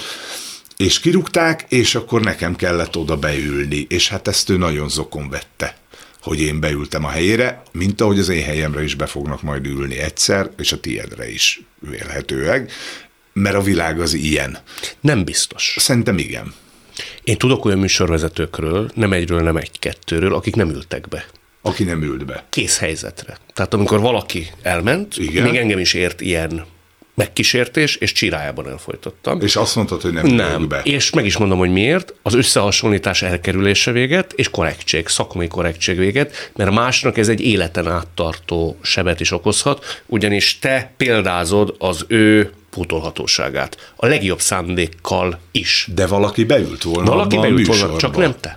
és kirúgták, és akkor nekem kellett oda beülni, és hát ezt ő nagyon zokon vette, hogy én beültem a helyére, mint ahogy az én helyemre is be fognak majd ülni egyszer, és a tiédre is vélhetőleg, mert a világ az ilyen. Nem biztos. Szerintem igen. Én tudok olyan műsorvezetőkről, nem egyről, nem egy-kettőről, akik nem ültek be. Aki nem ült be. Kész helyzetre. Tehát amikor valaki elment, igen. Még engem is ért ilyen megkísértés, és csirájában elfolytottam. És azt mondtad, hogy nem, nem. ült be. És meg is mondom, hogy miért. Az összehasonlítás elkerülése véget, és korrektség, szakmai korrektség véget, mert másnak ez egy életen áttartó sebet is okozhat, ugyanis te példázod az ő pótolhatóságát. A legjobb szándékkal is. De valaki beült volna. Valaki beült volna, csak nem te.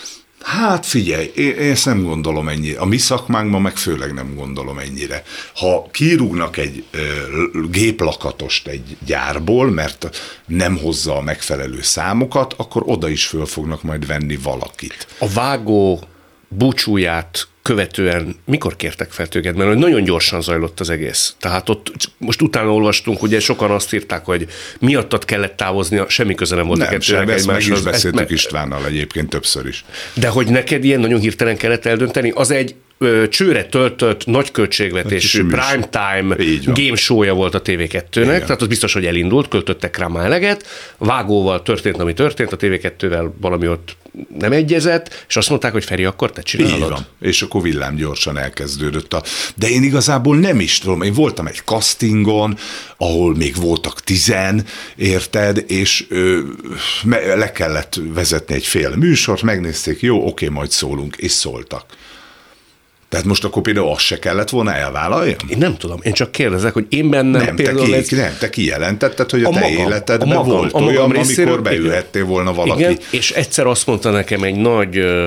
Hát figyelj, én, én ezt nem gondolom ennyire. A mi szakmánkban meg főleg nem gondolom ennyire. Ha kirúgnak egy ö, géplakatost egy gyárból, mert nem hozza a megfelelő számokat, akkor oda is föl fognak majd venni valakit. A Vágó búcsúját követően mikor kértek fel téged? Mert nagyon gyorsan zajlott az egész. Tehát ott most utána olvastunk, ugye sokan azt írták, hogy miattad kellett távoznia, semmi köze nem volt. Nem, sem, ezt meg is beszéltük ezt, Istvánnal egyébként többször is. De hogy neked ilyen nagyon hirtelen kellett eldönteni, az egy csőre töltött, nagy költségvetésű primetime game show-ja volt a té vé kettőnek, igen. Tehát az biztos, hogy elindult, költöttek rá már eleget, Vágóval történt, ami történt, a té vé kettővel valami ott nem egyezett, és azt mondták, hogy Feri, akkor te csinálod. Így van. És akkor villám gyorsan elkezdődött. A... De én igazából nem is tudom, én voltam egy castingon, ahol még voltak tizen, érted, és ö, le kellett vezetni egy fél műsort, megnézték, jó, oké, majd szólunk, és szóltak. Tehát most akkor például azt se kellett volna elvállaljam? Én nem tudom, én csak kérdezek, hogy én bennem nem, például... Te ez... ki, nem, te kijelentetted, hogy a, a te magam, életedben a magam, volt a magam olyan, részéről, amikor beülhettél volna valaki. Igen, és egyszer azt mondta nekem egy nagy ö,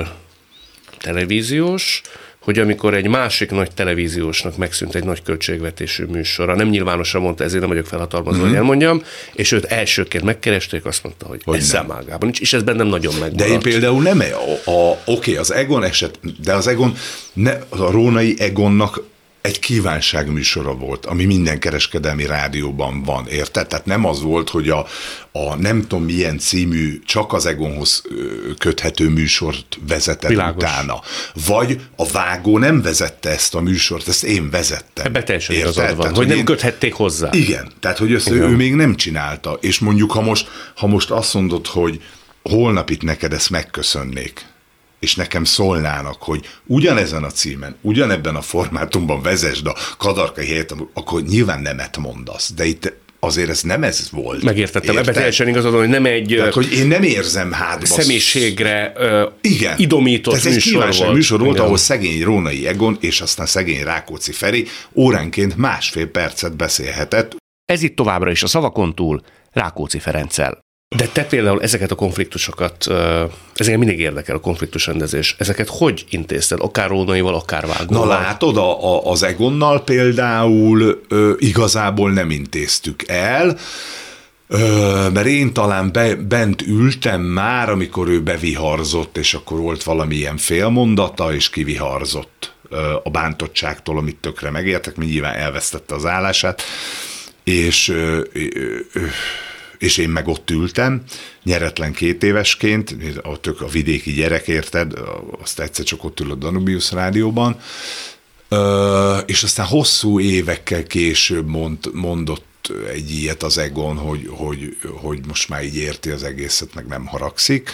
televíziós, hogy amikor egy másik nagy televíziósnak megszűnt egy nagy költségvetésű műsora, nem nyilvánosan mondta, ezért nem vagyok felhatalmazva, mm-hmm. hogy elmondjam, és őt elsőként megkeresték, azt mondta, hogy, hogy ez számágában nincs, és ez bennem nagyon megmaradt. De én például nem, a, a, oké, okay, az Egon eset, de az Egon, ne, a Rónai Egonnak egy kívánságműsora volt, ami minden kereskedelmi rádióban van, érted? Tehát nem az volt, hogy a, a nem tudom milyen című, csak az Egonhoz köthető műsort vezetett Világos. Utána. Vagy a Vágó nem vezette ezt a műsort, ezt én vezettem. Ebben teljesen igazad van, tehát, hogy nem én, köthették hozzá. Igen, tehát hogy ezt ő még nem csinálta. És mondjuk, ha most, ha most azt mondod, hogy holnap itt neked ezt megköszönnék, és nekem szólnának, hogy ugyanezen a címen, ugyanebben a formátumban vezesd a Kadarkai helyet, akkor nyilván nemet mondasz. De itt azért ez nem ez volt. Megértettem, ebben teljesen igazad, hogy nem egy Tehát, hogy én nem érzem hátba személyiségre uh, igen. idomított ez műsor egy volt. műsor volt, ahol szegény Rónai Egon és aztán szegény Rákóczi Feri óránként másfél percet beszélhetett. Ez itt továbbra is a Szavakon túl Rákóczi Ferenccel. De te például ezeket a konfliktusokat, ezeket mindig érdekel a konfliktusrendezés, ezeket hogy intézted? Akár Rónaival, akár Vágóval? Na látod, a, a, az Egonnal például ö, igazából nem intéztük el, ö, mert én talán be, bent ültem már, amikor ő beviharzott, és akkor volt valamilyen félmondata, és kiviharzott ö, a bántottságtól, amit tökre megértek, mint nyilván elvesztette az állását, és ö, ö, ö, és én meg ott ültem, nyeretlen két évesként, a, tök a vidéki gyerek, érted, azt egyszer csak ott ül a Danubius rádióban, és aztán hosszú évekkel később mond, mondott egy ilyet az Egon, hogy, hogy, hogy most már így érti az egészet, meg nem haragszik.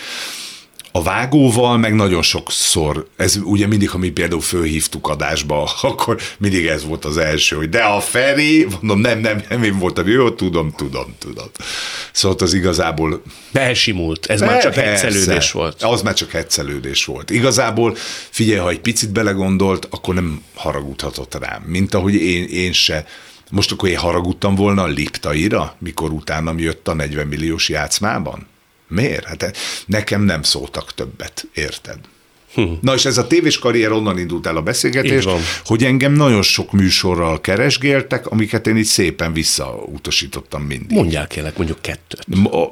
A Vágóval meg nagyon sokszor, ez ugye mindig, ha mi például fölhívtuk adásba, akkor mindig ez volt az első, hogy de a Feri, mondom, nem, nem, nem én voltam, jó, tudom, tudom, tudom. Szóval az igazából... Beelsimult, ez már csak heccelődés volt. Az már csak heccelődés volt. Igazából, figyelj, ha egy picit belegondolt, akkor nem haragudhatott rám, mint ahogy én, én se. Most akkor én haragudtam volna a Liptaira, mikor utánam jött a negyven milliós játszmában? Miért? Hát nekem nem szóltak többet, érted? Hm. Na és ez a tévés karrier onnan indult el a beszélgetés, hogy engem nagyon sok műsorral keresgéltek, amiket én így szépen visszautasítottam mindig. Mondjál kérlek, mondjuk kettőt.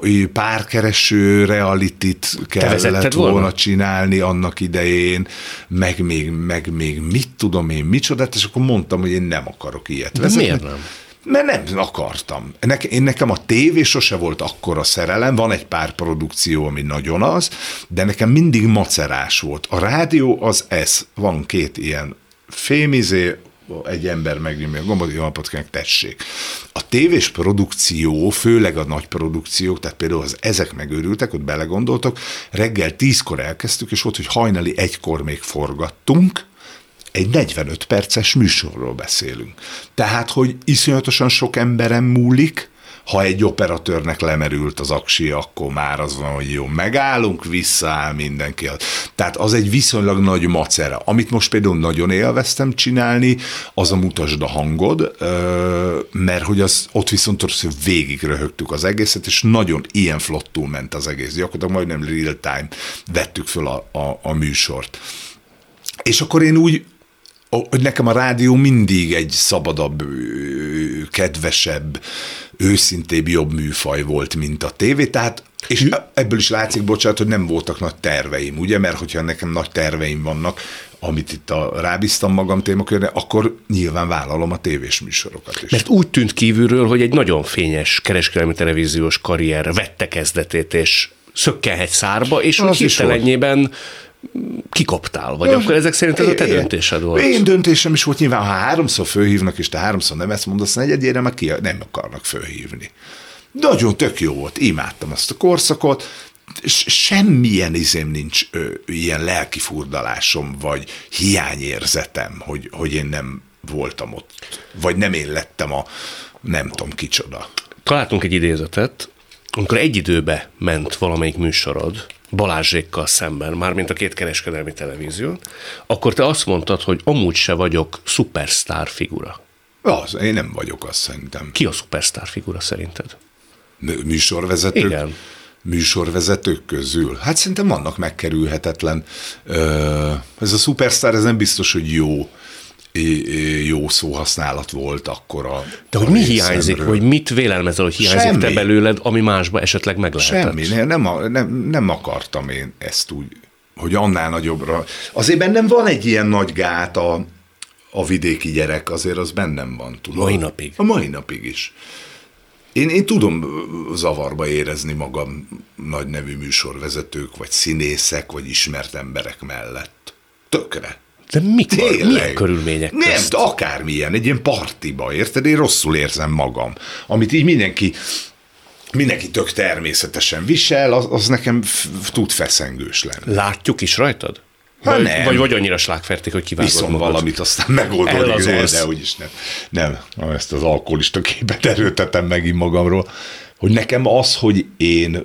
Párkereső realitit kellett volna, volna csinálni annak idején, meg még, meg még mit tudom én, micsodát, és akkor mondtam, hogy én nem akarok ilyet vezetni. Miért nem? Mert nem akartam. Én nekem a tévé sose volt akkora szerelem, van egy pár produkció, ami nagyon az, de nekem mindig macerás volt. A rádió az ez. Van két ilyen fémizé, egy ember megnyomja a gombot, jó napot kívánok, tessék. A tévés produkció, főleg a nagy produkciók, tehát például az ezek megőrültek, ott belegondoltok, reggel tízkor elkezdtük, és volt, hogy hajnali egykor még forgattunk, egy negyvenöt perces műsorról beszélünk. Tehát, hogy iszonyatosan sok emberen múlik, ha egy operatőrnek lemerült az aksia, akkor már az van, hogy jó, megállunk, visszaáll mindenki. Tehát az egy viszonylag nagy macera. Amit most például nagyon élveztem csinálni, az a mutasd a hangod, mert hogy az, ott viszont végig röhögtük az egészet, és nagyon ilyen flottul ment az egész. Gyakorlatilag majdnem real time vettük föl a, a, a műsort. És akkor én úgy, hogy nekem a rádió mindig egy szabadabb, kedvesebb, őszintébb, jobb műfaj volt, mint a tévé, tehát, és ebből is látszik, bocsánat, hogy nem voltak nagy terveim, ugye, mert hogyha nekem nagy terveim vannak, amit itt a, rábíztam magam témakörre, akkor nyilván vállalom a tévés műsorokat is. Mert úgy tűnt kívülről, hogy egy nagyon fényes kereskedelmi televíziós karrier vette kezdetét, és szökkenhet szárba, és úgy hirtelenjében kikaptál, vagy akkor ezek szerint ez a te döntésed volt? Én döntésem is volt nyilván, ha háromszor fölhívnak, és te háromszor nem ezt mondasz, negyedjére meg ki, nem akarnak fölhívni. Nagyon tök jó volt, imádtam azt a korszakot, semmilyen izém nincs ö, ilyen lelkifurdalásom, vagy hiányérzetem, hogy, hogy én nem voltam ott, vagy nem én lettem a nem tudom kicsoda. Találtunk egy idézetet, amikor egy időbe ment valamelyik műsorod, Balázsékkal szemben, mármint a két kereskedelmi televízión, akkor te azt mondtad, hogy amúgy se vagyok szupersztár figura. Az, én nem vagyok, azt szerintem. Ki a szupersztár figura szerinted? Műsorvezetők? Igen. Műsorvezetők közül? Hát szerintem vannak megkerülhetetlen. Ez a szupersztár, ez nem biztos, hogy jó, jó szóhasználat volt akkor a De hogy mi hiányzik, vagy mit vélelmezel, hogy hiányzik Semmi. te belőled, ami másba esetleg meg lehetett? Semmi, nem, nem, nem akartam én ezt úgy, hogy annál nagyobbra. Azért bennem van egy ilyen nagy gát a, a vidéki gyerek, azért az bennem van. Tudod? Mai napig? A mai napig is. Én, én tudom zavarba érezni magam nagy nevű műsorvezetők, vagy színészek, vagy ismert emberek mellett. Tökre. De mikor? Milyen körülmények Nem, közt? de akármilyen, egy ilyen partiba, érted? Én rosszul érzem magam. Amit így mindenki, mindenki tök természetesen visel, az, az nekem f- tud feszengős lenni. Látjuk is rajtad? Ha vagy, nem. vagy vagy annyira slágfertik, hogy kivágod Viszont magad. valamit, aztán megoldódik, de, de úgyis nem. Nem, ezt az alkoholista képet erőltetem megint magamról, hogy nekem az, hogy én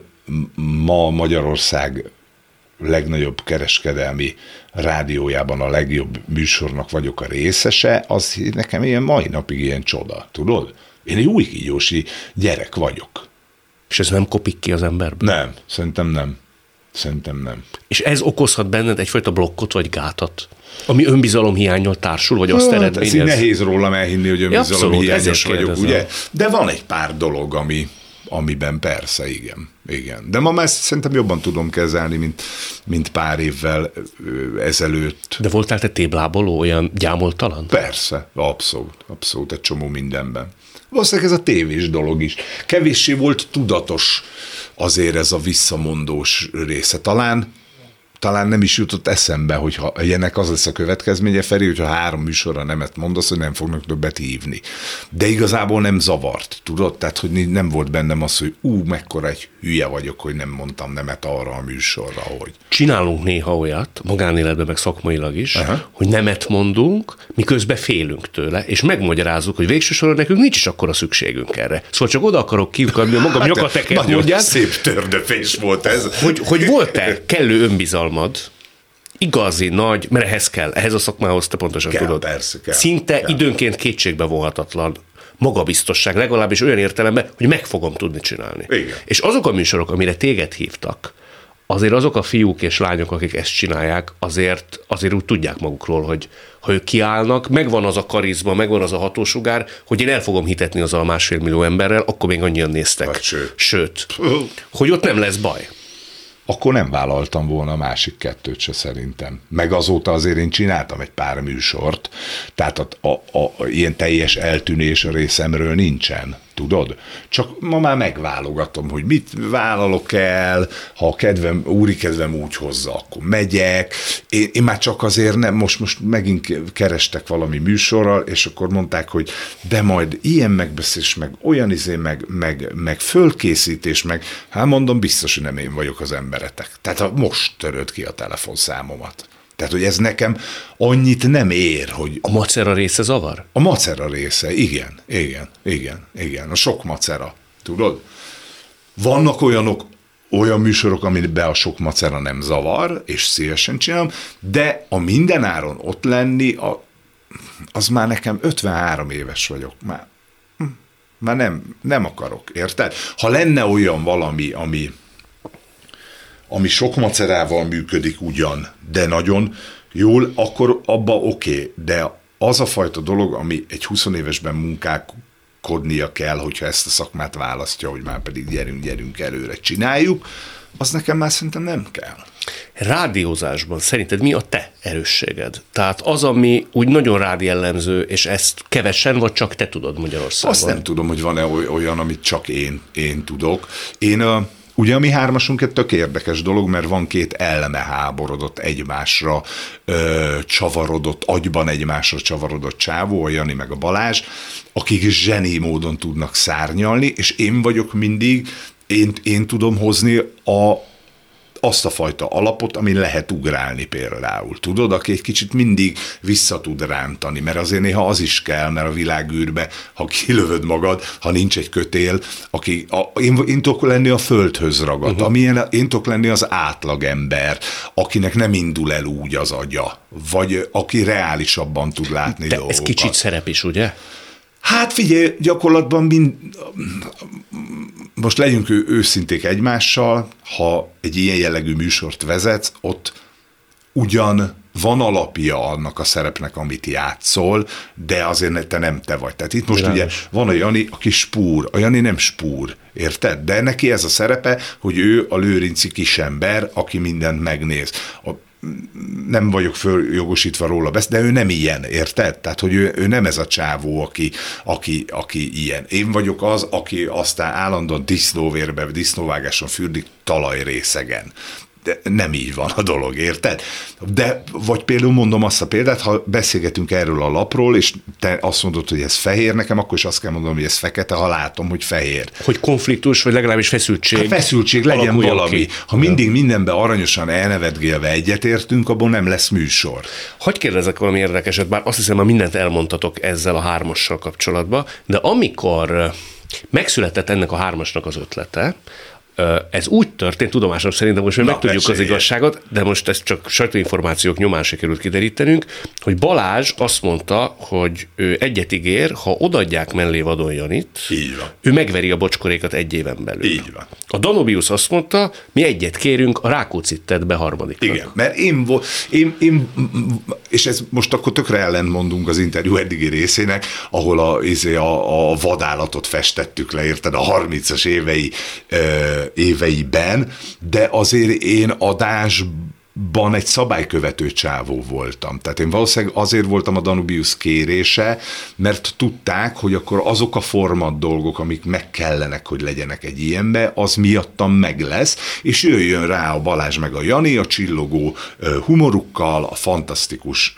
ma Magyarország legnagyobb kereskedelmi rádiójában a legjobb műsornak vagyok a részese, az nekem ilyen mai napig ilyen csoda, tudod? Én egy új kígyósi gyerek vagyok. És ez nem kopik ki az emberből? Nem, szerintem nem. Szerintem nem. És ez okozhat benned egyfajta blokkot vagy gátat, ami önbizalom hiánnyal társul, vagy azt hát, eredményez? Ez így nehéz rólam elhinni, hogy önbizalom hiányos vagyok, ugye? De van egy pár dolog, ami, amiben persze, igen. igen. De ma már ezt szerintem jobban tudom kezelni, mint, mint pár évvel ezelőtt. De voltál te tébláboló, olyan gyámoltalan? Persze, abszolút, abszolút egy csomó mindenben. Valószínűleg ez a tévés dolog is. Kevéssé volt tudatos azért ez a visszamondós része. Talán, talán nem is jutott eszembe, hogyha ilyenek az lesz a következménye, Feri, hogyha három műsorra nemet mondasz, hogy nem fognak többet hívni. De igazából nem zavart, tudod? Tehát, hogy nem volt bennem az, hogy ú, mekkora egy hülye vagyok, hogy nem mondtam nemet arra a műsorra, hogy... Csinálunk néha olyat, magánéletben meg szakmailag is, Aha. hogy nemet mondunk, miközben félünk tőle, és megmagyarázzuk, hogy végső soron nekünk nincs is akkora szükségünk erre. Szóval csak oda akarok kiukadni a magam hát nyakateket nagyon szép tördöfés volt ez. Hogy, hogy volt-e kellő önbizalmad, igazi, nagy, mert ehhez kell, ehhez a szakmához te pontosan kell, tudod. Persze, kell, Szinte kell. időnként kétségbe vonhatatlan magabiztosság, legalábbis olyan értelemben, hogy meg fogom tudni csinálni. Igen. És azok a műsorok, amire téged hívtak, azért azok a fiúk és lányok, akik ezt csinálják, azért, azért úgy tudják magukról, hogy ha ők kiállnak, megvan az a karizma, megvan az a hatósugár, hogy én el fogom hitetni azzal a másfél millió emberrel, akkor még annyian néztek. Hát, sőt. Sőt, hogy ott nem lesz baj. Akkor nem vállaltam volna a másik kettőt se szerintem. Meg azóta azért én csináltam egy pár műsort, tehát a, a, a, a, ilyen teljes eltűnés a részemről nincsen, tudod? Csak ma már megválogatom, hogy mit vállalok el, ha a kedvem, úri kedvem úgy hozza, akkor megyek. Én, én már csak azért nem, most, most megint kerestek valami műsorral, és akkor mondták, hogy de majd ilyen megbeszélés, meg olyan izé, meg, meg, meg fölkészítés, meg hát mondom, biztos, hogy nem én vagyok az emberetek. Tehát ha most töröd ki a telefonszámomat. Tehát, hogy ez nekem annyit nem ér, hogy... A macera része zavar? A macera része, igen, igen, igen, igen. A sok macera, tudod? Vannak olyanok, olyan műsorok, amiben a sok macera nem zavar, és szívesen csinálom, de a mindenáron ott lenni, a, az már nekem ötvenhárom éves vagyok, már, már nem, nem akarok, érted? Ha lenne olyan valami, ami... ami sok macerával működik ugyan, de nagyon jól, akkor abba oké, okay. De az a fajta dolog, ami egy húsz évesben munkálkodnia kell, hogyha ezt a szakmát választja, hogy már pedig gyerünk, gyerünk előre, csináljuk, az nekem már szerintem nem kell. Rádiózásban szerinted mi a te erősséged? Tehát az, ami úgy nagyon rád jellemző, és ezt kevesen, vagy csak te tudod Magyarországon? Azt nem tudom, hogy van-e olyan, amit csak én, én tudok. Én a Ugye a mi hármasunk egy tök érdekes dolog, mert van két elmeháborodott egymásra ö, csavarodott, agyban egymásra csavarodott csávó, a Jani meg a Balázs, akik zseni módon tudnak szárnyalni, és én vagyok mindig, én, én tudom hozni a azt a fajta alapot, amin lehet ugrálni például. Tudod, aki egy kicsit mindig vissza tud rántani, mert azért néha az is kell, mert a világűrbe, ha kilövöd magad, ha nincs egy kötél, aki, a, én, én tudok lenni a földhöz ragadt, uh-huh. amilyen én tudok lenni az átlagember, akinek nem indul el úgy az agya, vagy aki reálisabban tud látni De dolgokat. Ez kicsit szerep is, ugye? Hát figyelj, gyakorlatban mind, most legyünk őszinték egymással, ha egy ilyen jellegű műsort vezetsz, ott ugyan van alapja annak a szerepnek, amit játszol, de azért te nem te vagy. Tehát itt most Rános. Ugye van a Jani, aki spúr. A Jani nem spúr, érted? De neki ez a szerepe, hogy ő a lőrinci kisember, aki mindent megnéz. A nem vagyok följogosítva róla, de ő nem ilyen, érted? Tehát, hogy ő, ő nem ez a csávó, aki, aki, aki ilyen. Én vagyok az, aki aztán állandóan disznóvérbe, disznóvágáson fürdik talajrészegen. De nem így van a dolog, érted? De, vagy például mondom azt a példát, ha beszélgetünk erről a lapról, és te azt mondod, hogy ez fehér nekem, akkor is azt kell mondanom, hogy ez fekete, ha látom, hogy fehér. Hogy konfliktus, vagy legalábbis feszültség. Hát feszültség legyen valami. Ki. Ha mindig mindenben aranyosan elnevetgélve egyetértünk, abból nem lesz műsor. Hadd kérdezek valami érdekeset, bár azt hiszem, hogy mindent elmondtatok ezzel a hármassal kapcsolatban, de amikor megszületett ennek a hármasnak az ötlete, ez úgy történt, tudomásom szerint, de most még megtudjuk az igazságot, de most ezt csak sajtóinformációk nyomán sikerült kiderítenünk, hogy Balázs azt mondta, hogy ő egyet ígér, ha odaadják mellé Vadon Janit, ő megveri a bocskorékat egy éven belül. Így van. A Danubius azt mondta, mi egyet kérünk, a Rákóczit tett be harmadiknak. Igen, mert én, vo- én, én, és ez most akkor tökre ellentmondunk az interjú eddigi részének, ahol a, a, a vadállatot festettük le, érted, a harmincas évei éveiben, de azért én adásban egy szabálykövető csávó voltam. Tehát én valószínűleg azért voltam a Danubius kérése, mert tudták, hogy akkor azok a format dolgok, amik meg kellenek, hogy legyenek egy ilyenbe, az miattam meg lesz, és jöjjön rá a Balázs meg a Jani a csillogó humorukkal, a fantasztikus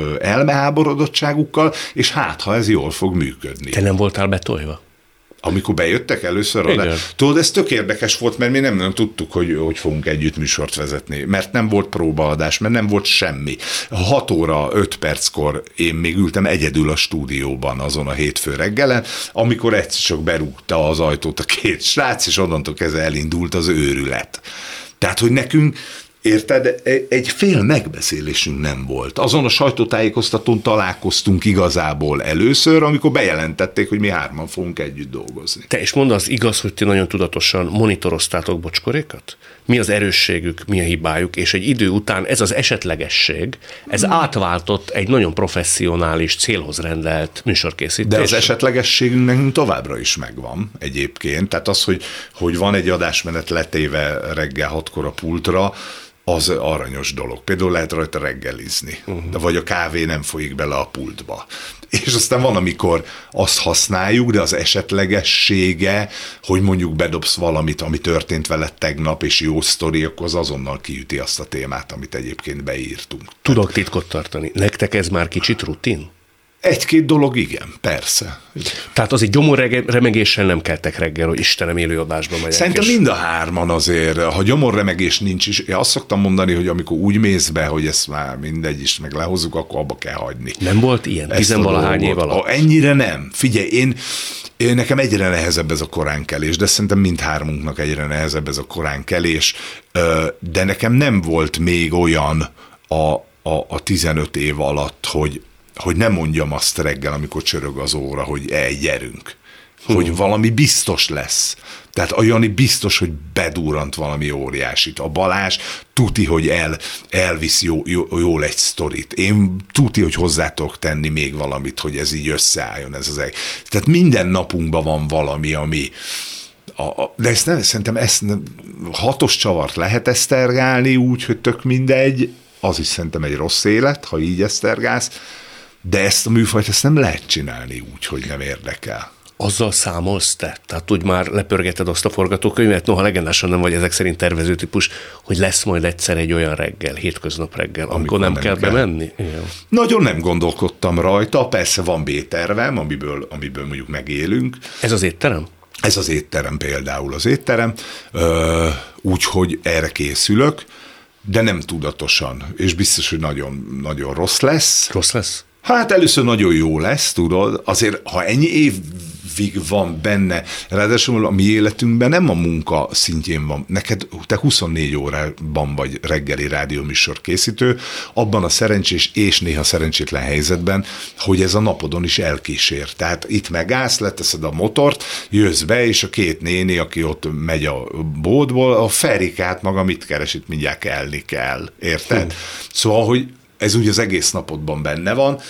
elmeháborodottságukkal, és hát, ha ez jól fog működni. Te nem voltál betolva? Amikor bejöttek először oda. Tudod, ez tök érdekes volt, mert mi nem, nem tudtuk, hogy, hogy fogunk együtt műsort vezetni, mert nem volt próbaadás, mert nem volt semmi. hat óra, öt perckor én még ültem egyedül a stúdióban azon a hétfő reggelen, amikor egyszer csak berúgta az ajtót a két srác, és onnantól kezdve elindult az őrület. Tehát, hogy nekünk érted? Egy fél megbeszélésünk nem volt. Azon a sajtótájékoztatón találkoztunk igazából először, amikor bejelentették, hogy mi hárman fogunk együtt dolgozni. Te is mondd, az igaz, hogy ti nagyon tudatosan monitoroztátok bocskorékat? Mi az erősségük, mi a hibájuk, és egy idő után ez az esetlegesség, ez hmm. átváltott egy nagyon professzionális, célhoz rendelt műsorkészítésre. De az esetlegességünk nekünk továbbra is megvan egyébként. Tehát az, hogy, hogy van egy adásmenet letéve reggel hatkor a pultra, az aranyos dolog. Például lehet rajta reggelizni, uh-huh. de vagy a kávé nem folyik bele a pultba. És aztán van, amikor azt használjuk, de az esetlegessége, hogy mondjuk bedobsz valamit, ami történt veled tegnap, és jó sztori, akkor az azonnal kiüti azt a témát, amit egyébként beírtunk. Tudok titkot tartani. Nektek ez már kicsit rutin? Egy-két dolog igen, persze. Tehát az egy gyomorremegéssel nem keltek reggel, hogy Istenem, élőadásban megyek. Szerintem és... mind a hárman azért, ha gyomorremegés nincs is, én azt szoktam mondani, hogy amikor úgy mész be, hogy ezt már mindegy is, meg lehozzuk, akkor abba kell hagyni. Nem volt ilyen? Tizenvalahány év alatt? Ennyire nem. Figyelj, én, én nekem egyre nehezebb ez a koránkelés, de szerintem mindhármunknak egyre nehezebb ez a koránkelés, de nekem nem volt még olyan a, a, a tizenöt év alatt, hogy hogy nem mondjam azt reggel, amikor csörög az óra, hogy ej, gyerünk. Hmm. Hogy valami biztos lesz. Tehát a Jani biztos, hogy bedurrant valami óriásit. A Balázs tuti, hogy el, elvisz jó, jó, jól egy sztorit. Én tuti, hogy hozzá tudok tenni még valamit, hogy ez így összeálljon ez az egész. Tehát minden napunkban van valami, ami... A, a, de ezt nem, szerintem ezt nem, hatos csavart lehet esztergálni úgy, hogy tök mindegy, az is szerintem egy rossz élet, ha így esztergálsz, de ezt a műfajt ezt nem lehet csinálni úgy, hogy nem érdekel. Azzal számolsz te? Tehát úgy már lepörgeted azt a forgatókönyvet, noha legendásan nem vagy ezek szerint tervező típus, hogy lesz majd egyszer egy olyan reggel, hétköznap reggel, amikor, amikor nem, nem kell, kell bemenni? Igen. Nagyon nem gondolkodtam rajta, persze van B-tervem, amiből, amiből mondjuk megélünk. Ez az étterem? Ez az étterem például az étterem, úgyhogy erre készülök, de nem tudatosan, és biztos, hogy nagyon, nagyon rossz lesz. Rossz lesz? Hát először nagyon jó lesz, tudod, azért ha ennyi évig van benne, ráadásul a mi életünkben nem a munka szintjén van, neked te huszonnégy órában vagy reggeli rádióműsor készítő, abban a szerencsés és néha szerencsétlen helyzetben, hogy ez a napodon is elkísér. Tehát itt megállsz, leteszed a motort, jössz be, és a két néni, aki ott megy a boltból, a Ferikát maga mit keres, itt mindjárt kelni kell, érted? Hm. Szóval, hogy ez úgy az egész napodban benne van,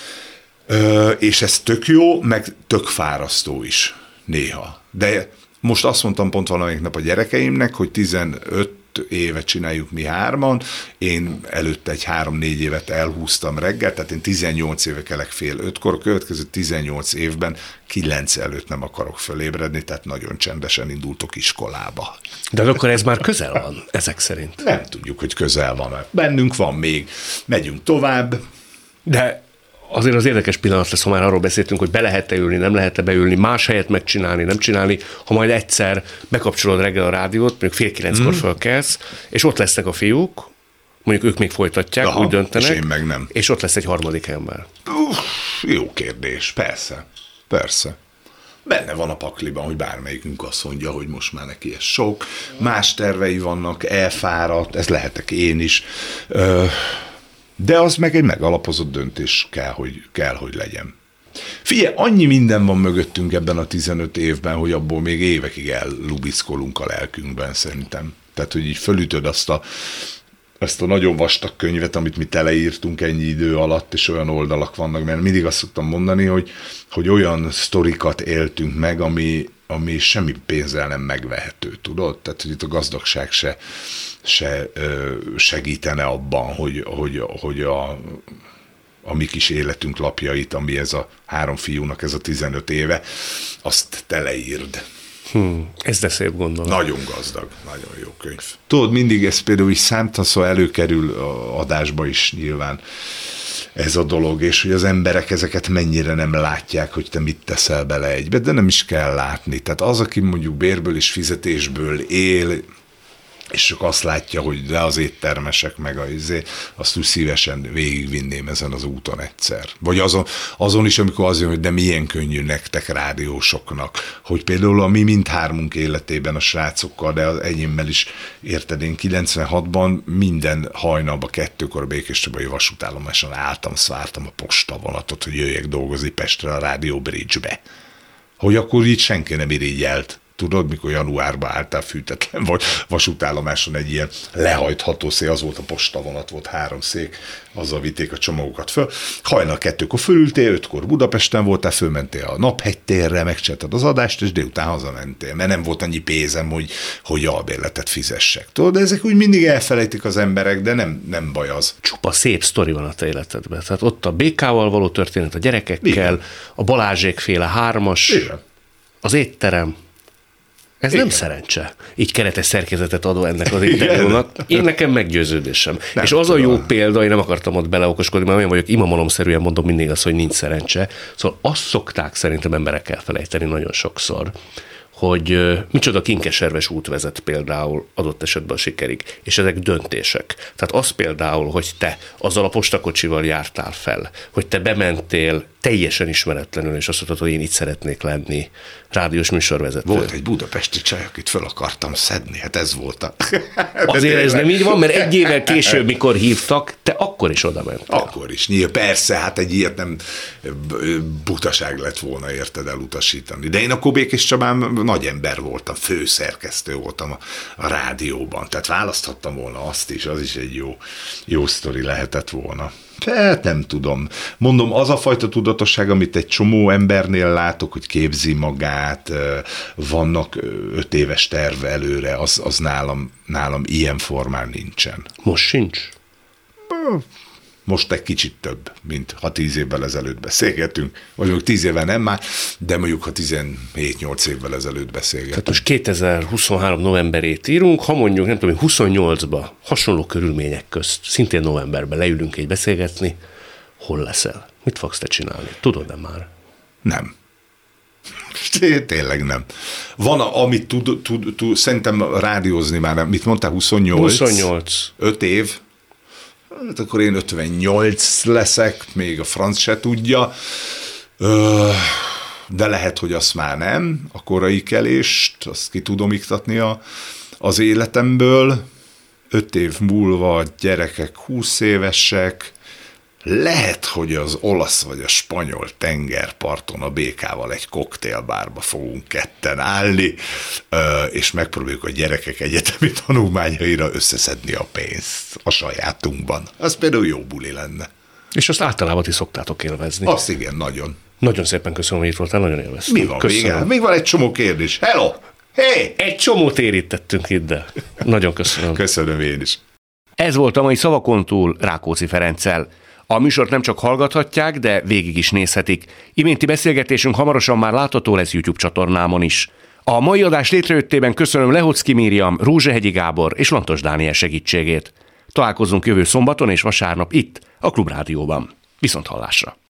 és ez tök jó, meg tök fárasztó is néha. De most azt mondtam pont valamelyik nap a gyerekeimnek, hogy tizenöt évet csináljuk mi hárman, én előtte egy három-négy évet elhúztam reggel, tehát én tizennyolc éve kelek fél ötkor, a következő tizennyolc évben kilenc előtt nem akarok fölébredni, tehát nagyon csendesen indultok iskolába. De akkor ez már közel van, ezek szerint. Nem tudjuk, hogy közel van. Bennünk van még, megyünk tovább. De azért az érdekes pillanat lesz, ha már arról beszéltünk, hogy be lehet-e ülni, nem lehet-e beülni, más helyet megcsinálni, nem csinálni, ha majd egyszer bekapcsolod reggel a rádiót, mondjuk fél kilenckor mm. fölkelsz, és ott lesznek a fiúk, mondjuk ők még folytatják, aha, úgy döntenek, és én meg nem. És ott lesz egy harmadik ember. Uff, jó kérdés, persze, persze. Benne van a pakliban, hogy bármelyikünk azt mondja, hogy most már neki ez sok, más tervei vannak, elfáradt, ez lehetek én is, Ö, de az meg egy megalapozott döntés kell, hogy, kell, hogy legyen. Figyelj, annyi minden van mögöttünk ebben a tizenöt évben, hogy abból még évekig ellubickolunk a lelkünkben szerintem. Tehát, hogy így fölütöd azt a, azt a nagyon vastag könyvet, amit mi teleírtunk ennyi idő alatt, és olyan oldalak vannak, mert mindig azt szoktam mondani, hogy, hogy olyan sztorikat éltünk meg, ami, ami semmi pénzzel nem megvehető, tudod? Tehát, hogy itt a gazdagság se, se ö, segítene abban, hogy, hogy, hogy a, a mi kis életünk lapjait, ami ez a három fiúnak ez a tizenöt éve, azt teleírd. Hmm, ez de szép gondolat. Nagyon gazdag, nagyon jó könyv. Tudod, mindig ez például is számtaszó előkerül a adásba is nyilván ez a dolog, és hogy az emberek ezeket mennyire nem látják, hogy te mit teszel bele egybe, de nem is kell látni. Tehát az, aki mondjuk bérből és fizetésből él, és csak azt látja, hogy de az éttermesek meg a izé, azt úgy szívesen végigvinném ezen az úton egyszer. Vagy azon, azon is, amikor az jön, hogy de milyen könnyű nektek rádiósoknak, hogy például a mi mindhármunk életében a srácokkal, de az enyémmel is, érted, én kilencvenhatban minden hajnalban kettőkor a Békéscsabai vasútállomáson álltam, szvártam a postavonatot, hogy jöjjek dolgozni Pestre a Rádió Bridge-be. Hogy akkor így senki nem irigyelt. Tudod, mikor januárban álltál fűtetlen vagy vasútállomáson egy ilyen lehajtható szék, az volt a postavonat, volt három szék, azzal vitték a csomagokat föl. Hajnal kettőkor fölültél, ötkor Budapesten voltál, fölmentél a Naphegytérre, megcsináltad az adást, és délután hazamentél, mert nem volt annyi pénzem, hogy, hogy albérletet fizessek. Tudod, de ezek úgy mindig elfelejtik az emberek, de nem, nem baj az. Csupa szép sztori van a te életedben. Tehát ott a bé ká-val való történet, a gyerekekkel, igen. A Balázsékféle hármas, igen. Az étterem. Ez igen. Nem szerencse. Így keretes szerkezetet adó ennek az interjúnak. Én nekem meggyőződésem. Nem és az tudom. A jó példa, én nem akartam ott beleokoskodni, mert olyan vagyok, imamalomszerűen mondom mindig azt, hogy nincs szerencse. Szóval azt szokták szerintem emberek elfelejteni nagyon sokszor, hogy uh, micsoda kinkeserves út vezet például adott esetben a sikerig, és ezek döntések. Tehát az például, hogy te azzal a postakocsival jártál fel, hogy te bementél teljesen ismeretlenül, és azt mondtad, hogy én itt szeretnék lenni rádiós műsorvezető. Volt egy budapesti csaj, akit föl akartam szedni, hát ez volt a... Azért ez nem így van, mert egy évvel később, mikor hívtak, te akkor is oda mentél. Akkor is, nyilván, persze, hát egy ilyet nem butaság lett volna, érted, elutasítani. De én akkor Békéscsabán nagy ember voltam, főszerkesztő voltam a, a rádióban, tehát választhattam volna azt is, az is egy jó, jó sztori lehetett volna. Hát nem tudom. Mondom, az a fajta tudatosság, amit egy csomó embernél látok, hogy képzi magát, vannak öt éves terve előre, az, az nálam, nálam ilyen formán nincsen. Most sincs? Most egy kicsit több, mint ha tíz évvel ezelőtt beszélgetünk, vagy mondjuk tíz éve nem már, de mondjuk ha tizenhét-nyolc évvel ezelőtt beszélgetünk. Tehát most kétezer-huszonhárom novemberét írunk, ha mondjuk nem tudom, huszonnyolcba hasonló körülmények közt, szintén novemberben leülünk egy beszélgetni, hol leszel? Mit fogsz te csinálni? Tudod-e már? Nem. Tényleg nem. Van, amit tud, tud, tud, szerintem rádiózni már, mit mondtál, huszonnyolc? huszonnyolc. öt év. Hát akkor én ötvennyolc leszek, még a franc se tudja. De lehet, hogy azt már nem. A korai kelést, azt ki tudom iktatni a, az életemből. Öt év múlva gyerekek húsz évesek. Lehet, hogy az olasz vagy a spanyol tengerparton a békával egy koktélbárba fogunk ketten állni, és megpróbáljuk a gyerekek egyetemi tanulmányaira összeszedni a pénzt a sajátunkban. Az például jó buli lenne. És azt általában ti szoktátok élvezni. Azt igen, nagyon. Nagyon szépen köszönöm, hogy itt voltál, nagyon élveztem. Mi van még? Még van egy csomó kérdés. Hello! Hey! Egy csomót érítettünk itt, de nagyon köszönöm. Köszönöm én is. Ez volt a mai Szavakon túl Rákóczi Ferenccel. A műsort nem csak hallgathatják, de végig is nézhetik. Iménti beszélgetésünk hamarosan már látható lesz YouTube csatornámon is. A mai adás létrejöttében köszönöm Lehocki Miriam, Rózsehegyi Gábor és Lantos Dániel segítségét. Találkozunk jövő szombaton és vasárnap itt, a Klubrádióban. Viszont hallásra!